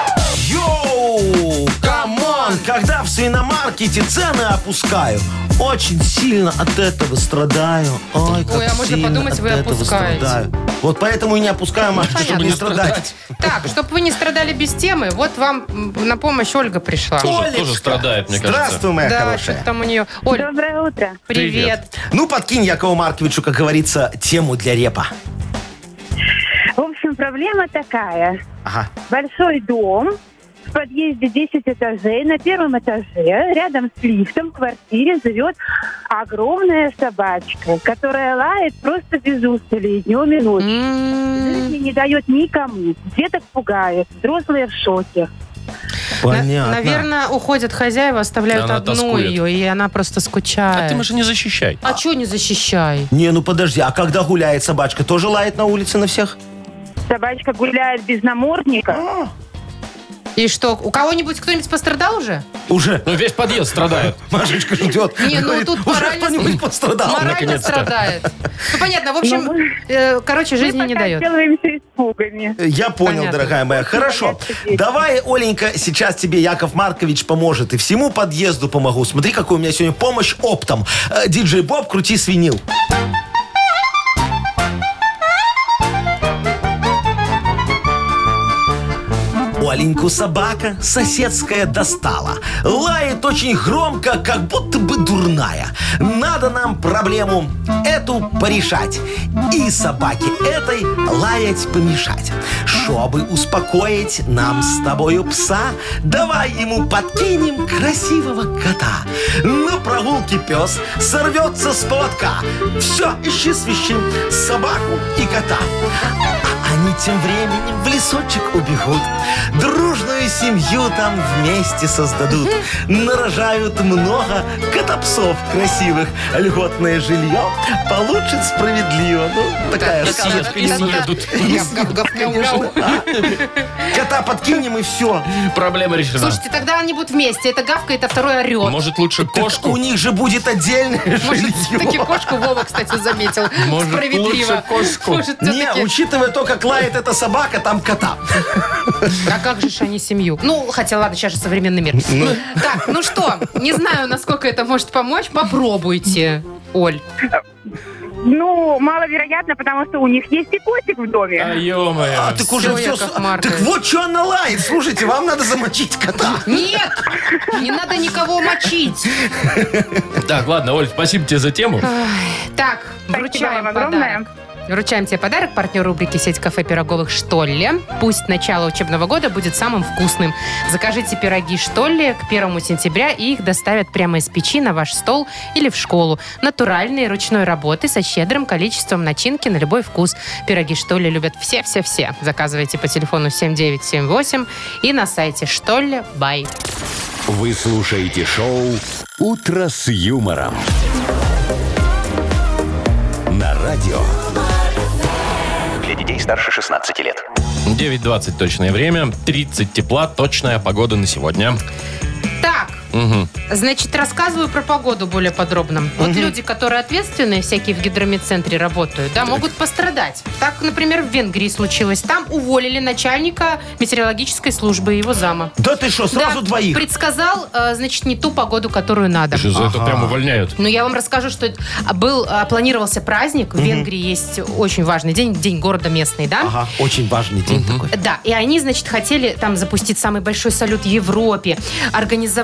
Йоу! Камон! Когда в свиномаркете цены опускаю, очень сильно от этого страдаю. Ой, как Ой, а можно сильно подумать, от вы этого опускаете. страдаю. Вот поэтому и не опускаю, Машечка, понятно. чтобы не страдать. Так, чтобы вы не страдали без темы, вот вам м, на помощь Ольга пришла. Тоже, Олечка, тоже страдает, мне кажется. Здравствуй, моя Да, хорошая. что там у нее. Оль, Доброе утро. привет. Ну, подкинь Якову Марковичу, как говорится, тему для репа. В общем, проблема такая. Ага. Большой дом, в подъезде десять этажей, на первом этаже, рядом с лифтом в квартире живет огромная собачка, которая лает просто без устали днем и ночью. М, Жизни не дает никому. Деток пугает, взрослые в шоке. Понятно. Наверное, уходят хозяева, оставляют Она одну тоскует. ее, и она просто скучает. А ты, Маша, не защищай. А чё не защищай? Не, ну подожди, а когда гуляет собачка, тоже лает на улице на всех? Собачка гуляет без намордника. И что, у кого-нибудь кто-нибудь пострадал уже? Уже. Ну, весь подъезд страдает. Машечка ждет. Не, ну Говорит, тут уже морально- кто-нибудь пострадал. Морально наконец-то. страдает. Ну, понятно, в общем, Ну, мы- э, короче, жизни Мы не пока дает. делаемся испугами. Я понял, Понятно. дорогая моя. Хорошо. Давай, Оленька, сейчас тебе Яков Маркович поможет. И всему подъезду помогу. Смотри, какой у меня сегодня помощь оптом. Э, Диджей Боб, крути свинил. Оленьку собака соседская достала. Лает очень громко, как будто бы дурная. Надо нам проблему эту порешать. И собаке этой лаять помешать. Чтобы успокоить нам с тобою пса, давай ему подкинем красивого кота. На прогулке пес сорвется с поводка. Все, ищи свищи собаку и кота. А они тем временем в лесочек убегут. Дружную семью там вместе создадут. Нарожают много котопсов красивых. Льготное жилье получит справедливо. Ну, такая Так, сказочка и немного. съедут. Гав-гав-гав, мяу-мяу. Кота подкинем и все. Проблема решена. Слушайте, тогда они будут вместе. Это гавкает, а второй орет. Может, лучше кошку? У них же будет отдельное Может, таки жилье. кошку Вова, кстати, заметил. Может, Справедливо. лучше кошку? Может, Не, все-таки... учитывая то, как лает эта собака, там кота. А как же ж они семью? Ну, хотя, ладно, сейчас же современный мир. Так, ну что, не знаю, насколько это может помочь. Попробуйте, Оль. Ну, маловероятно, потому что у них есть и котик в доме. А, ё-моё. А, так уже Всё, все. Яков Маркович. Так вот, что она лает. Слушайте, вам надо замочить кота. Нет, не надо никого мочить. Так, ладно, Оль, спасибо тебе за тему. Так, Спасибо вручаем вам огромное. подарок. Вручаем тебе подарок. Партнер рубрики «Сеть кафе пироговых «Что ли?». Пусть начало учебного года будет самым вкусным. Закажите пироги «Что ли?» к первому сентября, и их доставят прямо из печи на ваш стол или в школу. Натуральные, ручной работы со щедрым количеством начинки на любой вкус. Пироги «Что ли?» любят все-все-все. Заказывайте по телефону семь девять семь восемь и на сайте «Что ли?» Бай. Вы слушаете шоу «Утро с юмором». На радио. Для детей старше шестнадцати лет. девять двадцать точное время, тридцать тепла, точная погода на сегодня. Так, Угу. значит, рассказываю про погоду более подробно. Вот люди, которые ответственные, всякие в гидрометцентре работают, да, могут пострадать. Так, например, в Венгрии случилось. Там уволили начальника метеорологической службы и его зама. Да ты что, сразу Да, двоих? предсказал, э, значит, не ту погоду, которую надо. Что за это прям увольняют? Ну, я вам расскажу, что это был, а, планировался праздник. В Венгрии есть очень важный день, день города местный, да? Ага, очень важный день такой. Да, и они, значит, хотели там запустить самый большой салют в Европе. Организовали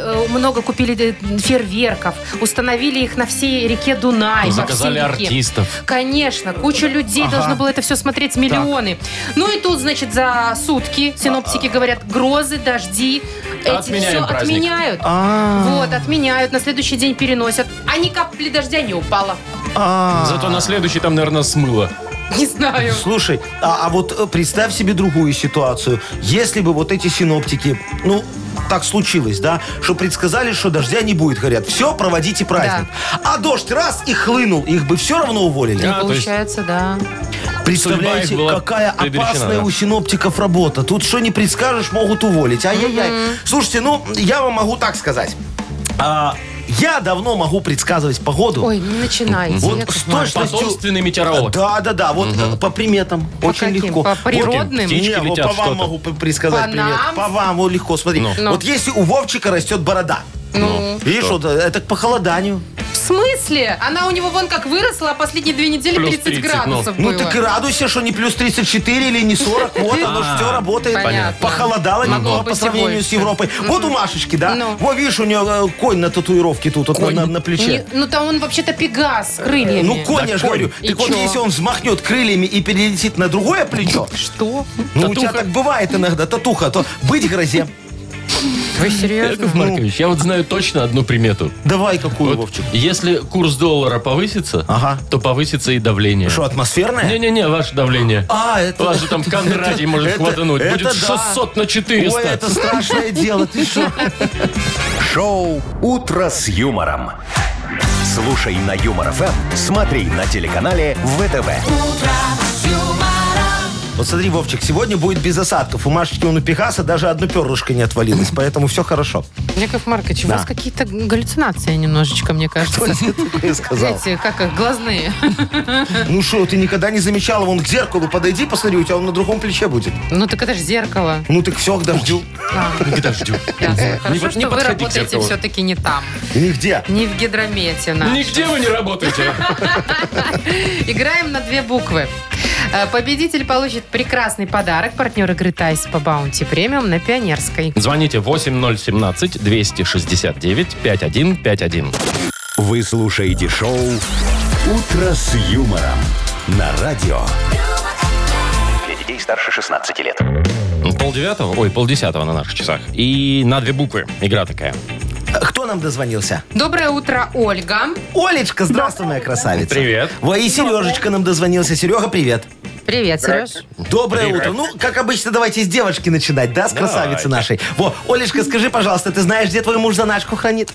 э, много купили э, фейерверков, установили их на всей реке Дунай. Заказали по всей реке. артистов. Конечно, куча людей Ага. должно было это все смотреть, миллионы. Ну и тут, значит, за сутки синоптики говорят, грозы, дожди. Эти Отменяем все праздник. отменяют. А, Вот, отменяют, на следующий день переносят. А ни капли дождя не упало. а. Зато на следующий там, наверное, смыло. Не знаю. Слушай, а, а вот э, представь себе другую ситуацию. Если бы вот эти синоптики, ну, так случилось, да, что предсказали, что дождя не будет, говорят, все, проводите праздник. А дождь раз и хлынул, их бы все равно уволили. Да, то есть- Получается, да. Представляете, судьба их была какая предрешена, опасная да. у синоптиков работа. Тут что не предскажешь, могут уволить. Ай-яй-яй. Слушайте, ну, я вам могу так сказать. А, я давно могу предсказывать погоду. Ой, не начинайте. Вот Яков с Маркович. точностью- Потомственный метеоролог. Да, да, да. Вот э, по приметам. По очень каким? легко. По Вот, природным? птички Не, вот летят, по вам что-то. могу п- предсказать По примет. нам? По вам, вот легко, смотри. Ну. Ну. Вот если у Вовчика растет борода, Ну, видишь, что? вот, э, это к похолоданию. в смысле? Она у него вон как выросла, а последние две недели Плюс тридцать тридцать, градусов Ну было. так и радуйся, что не плюс тридцать четыре или не сорок. Вот оно А, все работает. понятно. Похолодало Могло немного быть по сравнению больше. с Европой. Вот у Машечки, да? Ну. Вот видишь, у нее э, конь на татуировке тут, вот на, на- на плече. Не- ну там он вообще-то пегас с крыльями. Ну, конь, я же конь. говорю. И Так вот, чё? если он взмахнет крыльями и перелетит на другое плечо, Что? ну, у тебя Татуха. так бывает иногда, татуха, то быть в грозе. Вы серьезно? Яков Маркович, я вот знаю точно одну примету. Давай какую, Вот Вовчик? если курс доллара повысится, Ага. то повысится и давление. Что, атмосферное? Не-не-не, ваше давление. А, это... Вас же там в Кондратье может это- хватануть. это Будет да. шестьсот на четыреста. Ой, это страшное дело, ты что? Шоу «Утро с юмором». Слушай на Юмор ФМ, смотри на телеканале ВТВ. Вот смотри, Вовчик, сегодня будет без осадков. У Машечки он у Пегаса даже одно перлышко не отвалилось, поэтому все хорошо. Яков Маркович, у Да. вас какие-то галлюцинации немножечко, мне кажется. Я сказал. Эти, как их, глазные. Ну что, ты никогда не замечала? Вон к зеркалу подойди, посмотри, у тебя он на другом плече будет. Ну так это же зеркало. Ну так все, к дождю. А, Где ждем? ясно. Хорошо, не что вы подходи к работаете зеркалу. все-таки не там. Нигде. Не в гидромете нашем. Нигде вы не работаете. Играем на две буквы. Э, Победитель получит прекрасный подарок. Партнер игры Тайс по Баунти Премиум на Пионерской. Звоните восемь ноль семнадцать двести шестьдесят девять пятьдесят один пятьдесят один. Вы слушаете шоу «Утро с юмором» на радио. Для детей старше шестнадцати лет. Полдевятого, ой, полдесятого на наших часах. И на две буквы. Игра такая. Кто нам дозвонился? Доброе утро, Ольга. Олечка, здравствуй, моя красавица. Привет. Во, и Сережечка нам дозвонился. Серега, привет. Привет, Сереж. Доброе Привет. утро. Ну, как обычно, давайте с девочки начинать, да, с Давайте. красавицы нашей. Во, Олечка, скажи, пожалуйста, ты знаешь, где твой муж заначку хранит?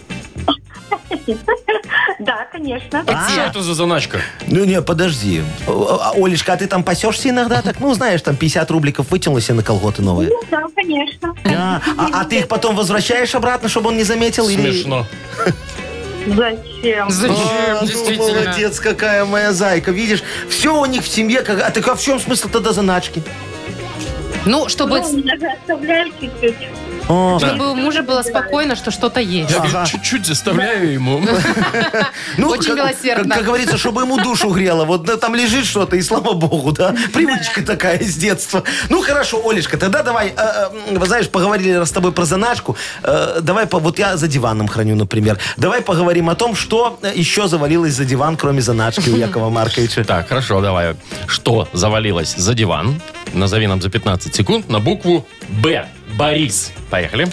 Да, конечно. А что это за заначка? Ну, не, подожди. О, а, Олечка, а ты там пасешься иногда? Так, ну, знаешь, там пятьдесят рубликов вытянула себе на колготы новые. Ну, да, конечно. А, а- а ты их потом возвращаешь обратно, чтобы он не заметил? или- Смешно. Зачем? А, Зачем? ну, Действительно. молодец, какая моя зайка. Видишь, все у них в семье. Как... А так а в чем смысл тогда заначки? Ну, чтобы, Ну, меня же оставляют чуть-чуть. О, чтобы у мужа было спокойно, что что-то есть. Я Ага. чуть-чуть заставляю ему. ну, Очень как, милосердно. Как, как говорится, чтобы ему душу грело. Вот да, там лежит что-то, и слава богу, да. Привычка такая с детства. Ну, хорошо, Олечка, тогда давай, э, э, знаешь, поговорили раз с тобой про заначку. Э, давай, по, вот я за диваном храню, например. Давай поговорим о том, что еще завалилось за диван, кроме заначки у Якова Марковича. Так, хорошо, давай. Что завалилось за диван? Назови нам за пятнадцать секунд на букву Б. Борис. Поехали.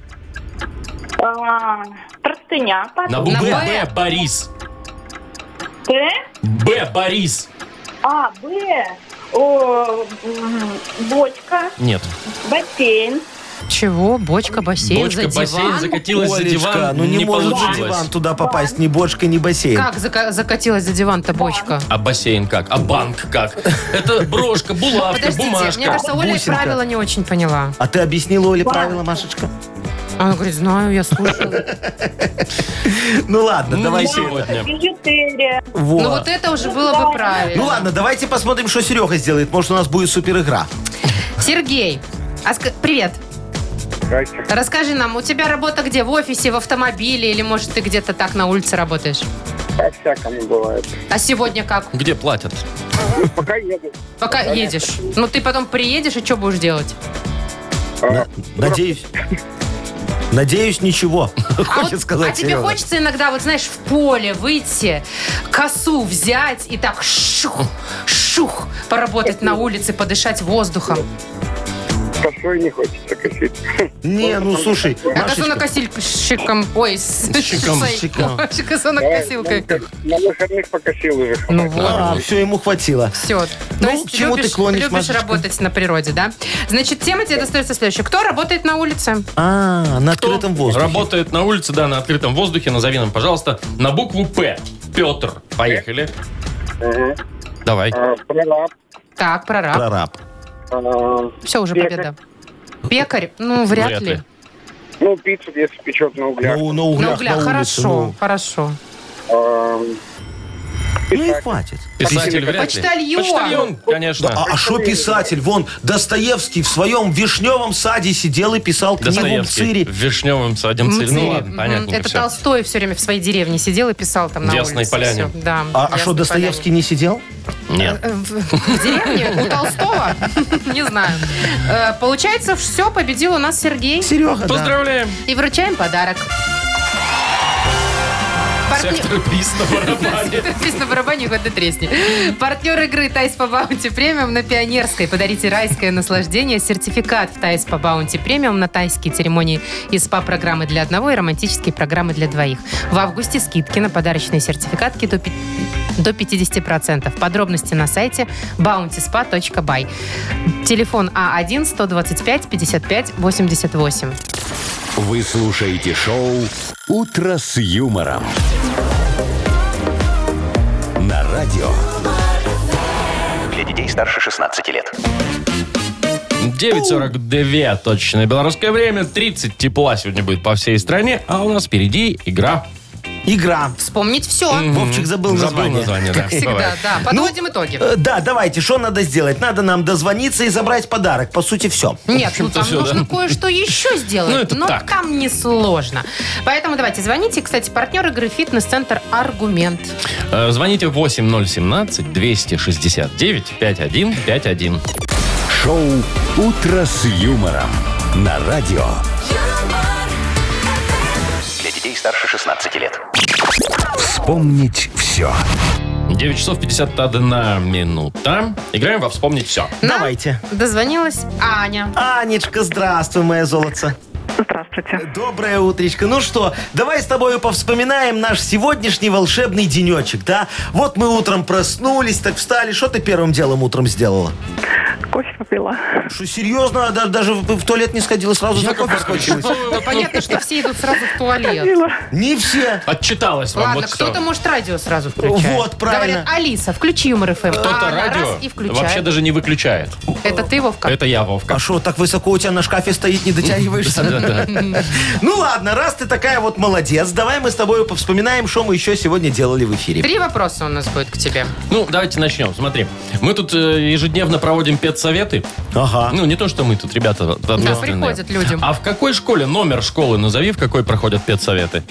А, простыня. На потом. букву На Б. Б. Борис. Т. Б. Борис. А, Б. О, м, бочка. Нет. Бассейн. Чего? Бочка, бассейн, Бочка, за бассейн диван? закатилась за Олечка, диван. ну не, может за получилось. диван туда попасть ни бочка, ни бассейн. Как зака- закатилась за диван-то бочка? А бассейн как? А банк как? Это брошка, булавка, Подождите, мне бумажка. кажется, Оля бусинка. правила не очень поняла. А ты объяснила Оле правила, Машечка? Она говорит, знаю, я слушала. Ну ладно, Ну, давайте. сегодня. Бижутерия. Вот. Ну вот это уже было бы правильно. Ну ладно, давайте посмотрим, что Серега сделает. Может, у нас будет супер игра. Сергей, а ска- привет. Расскажи нам, у тебя работа где? В офисе, в автомобиле или, может, ты где-то так на улице работаешь? По-всякому бывает. А сегодня как? Где платят? Пока еду. Пока едешь. Ну, ты потом приедешь и что будешь делать? А, Надеюсь. Надеюсь, ничего. А, Хочет вот- сказать а тебе Серега. хочется иногда, вот знаешь, в поле выйти, косу взять и так шух, шух, поработать на улице, подышать воздухом. Косой не хочется косить. Не, ну слушай, А косу на Машечка, косильком, ой, с Щиком, с- щиком. косу на косилкой. На выходных покосил уже. Ну а, вот, все, ему хватило. все. Ну, То есть к чему ты любишь, клонишь, любишь Машечка? работать на природе, да? Значит, тема тебе достается следующая. Кто работает на улице? А, на открытом воздухе. Работает на улице, да, на открытом воздухе. Назови нам, пожалуйста, на букву П. Петр. Поехали. Давай. А, Прораб. Так, прораб. Прораб. а, Все, уже пекарь. победа. Пекарь? Ну, вряд, Вряд ли. ли. Ну, пиццу, если печет на углях. Ну, на На углях, углях, на улице, хорошо, ну. хорошо. А, Ну и хватит. Писатель вряд ли. Почтальон. Почтальон, конечно. А что писатель? Вон, Достоевский в своем вишневом саде сидел и писал книгу в Достоевский. Цири. В вишневом садем цири. Ну ладно, Мгм. понятненько Это все. Толстой все время в своей деревне сидел и писал там на В Ясной улице. Поляне. Всё, да, А в что, Ясной Достоевский не сидел? Нет. Поляне. В, в деревне? У Толстого? Не знаю. Э, Получается, все, победил у нас Сергей. Серега, да. Поздравляем. И вручаем подарок. Партнер- Сектор приз на барабане. Приз на барабане, хоть ты тресни. Партнер игры Тайс по Баунти Премиум на Пионерской. Подарите райское наслаждение. Сертификат в Тайс по Баунти Премиум на тайские церемонии и СПА-программы для одного и романтические программы для двоих. В августе скидки на подарочные сертификатки до пи- до пятьдесят процентов. Подробности на сайте баунти спа точка бай. Телефон А один сто двадцать пять пятьдесят пять восемьдесят восемь. Вы слушаете шоу «Утро с юмором». На радио. Для детей старше шестнадцати лет. девять сорок два точное белорусское время. тридцать тепла сегодня будет по всей стране. А у нас впереди игра. Игра. Вспомнить все. Вовчик забыл Забыл название. название, да. Как всегда, Бывает. да. Подводим итоги. Э, Да, давайте, что надо сделать? Надо нам дозвониться и забрать подарок. По сути, все. Нет, ну общем-то, там всё, нужно да. кое-что еще сделать. Ну, это но так. там несложно. Поэтому давайте звоните. Кстати, партнер игры «Фитнес-центр Аргумент». Э, Звоните восемь ноль семнадцать двести шестьдесят девять пятьдесят один пятьдесят один. Шоу «Утро с юмором». На радио. Для детей старше шестнадцати лет. Вспомнить все. девять часов пятьдесят одна минута. Играем во «Вспомнить все». Давайте. Дозвонилась Аня. Анечка, здравствуй, моя золотце. Здравствуйте. Доброе утречко. Ну что, давай с тобой повспоминаем наш сегодняшний волшебный денечек, да? Вот мы утром проснулись, так встали. Что ты первым делом утром сделала? Кофе попила. Что, серьезно? Да- Даже в, в туалет не сходила, сразу за кофе схватилась? Ну, понятно, что все идут сразу в туалет. Пила. Не все. Отчиталась вам. Ладно, вот кто. кто-то, может, радио сразу включает. Вот, правильно. Говорят, Алиса, включи Юмор ФМ. Кто-то А она радио раз и включает. вообще даже не выключает. Это ты, Вовка? Это я, Вовка. А что, так высоко у тебя на шкафе стоит, не дотягиваешься? Да-да. Ну ладно, раз ты такая вот молодец, давай мы с тобой повспоминаем, что мы еще сегодня делали в эфире. Три вопроса у нас будет к тебе. Ну, давайте начнем. Смотри, мы тут э, ежедневно проводим педсоветы. Ага. Ну, не то, что мы тут, ребята, ответственные. приходят людям. А в какой школе? Номер школы назови, в какой проходят педсоветы.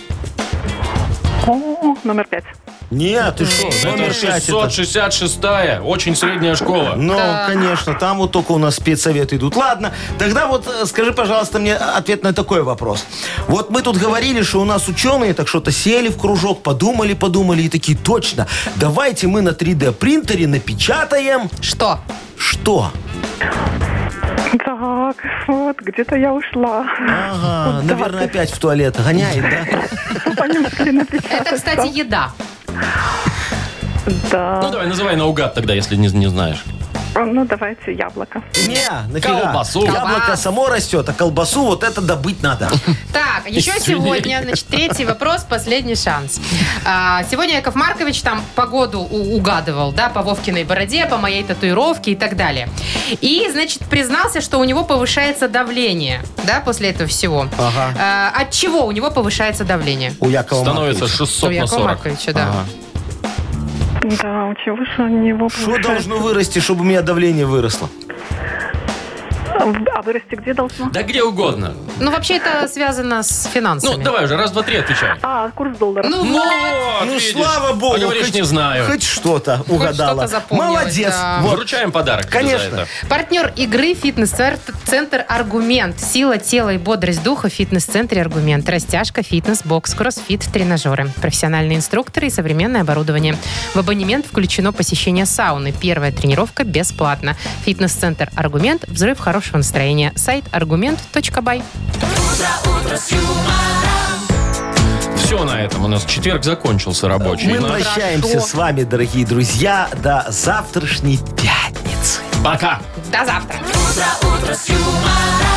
О, номер пять. Нет, ты что, номер Это пять шестьсот шестьдесят шестая, очень средняя школа. Ну, Да. конечно, там вот только у нас спецсоветы идут. Ладно, тогда вот э, скажи, пожалуйста, мне ответ на такой вопрос. Вот мы тут говорили, что у нас ученые так что-то сели в кружок, подумали, подумали и такие, точно, давайте мы на три дэ принтере напечатаем... Что? Что? Так, вот, где-то я ушла. Ага, наверное, опять в туалет гоняет, да? Они могли напечатать. Это, кстати, еда. Да. Ну, давай, называй наугад тогда, если не, не знаешь. Ну, давайте яблоко. Не, нафига? Колбасу. Яблоко Колбас. само растет, а колбасу вот это добыть надо. Так, еще Из свиней. сегодня, значит, третий вопрос, последний шанс. А, сегодня Яков Маркович там погоду у- угадывал, да, по Вовкиной бороде, по моей татуировке и так далее. И, значит, признался, что у него повышается давление, да, после этого всего. Ага. А, от чего у него повышается давление? У Якова Становится Марковича. шестьсот У на Якова сорок. Марковича, да. Ага. Да, у чего же у него Что повышается? должно вырасти, чтобы у меня давление выросло? А вырасти где должно? Да где угодно. Ну, вообще это связано с финансами. Ну, давай уже, раз, два, три, отвечай. А, курс доллара. Ну, Ну, вот. вот, Ну, видишь. слава богу. А говоришь, хоть- не знаю. Хоть что-то угадала. что-то запомнилось, Молодец. да. Вот. Вручаем подарок тебе Конечно. за это. Партнер игры «Фитнес-центр Аргумент». Сила тела и бодрость духа в фитнес-центре «Аргумент». Растяжка, фитнес, бокс, кроссфит, тренажеры. Профессиональные инструкторы и современное оборудование. В абонемент включено посещение сауны. Первая тренировка бесплатно. Фитнес-центр «Аргумент». Взрыв хорошего настроения. Сайт аргумент точка бай. Все на этом. У нас четверг закончился рабочий. Мы Ну, прощаемся Хорошо. с вами, дорогие друзья, до завтрашней пятницы. Пока. До завтра. Утро, утро с юмором.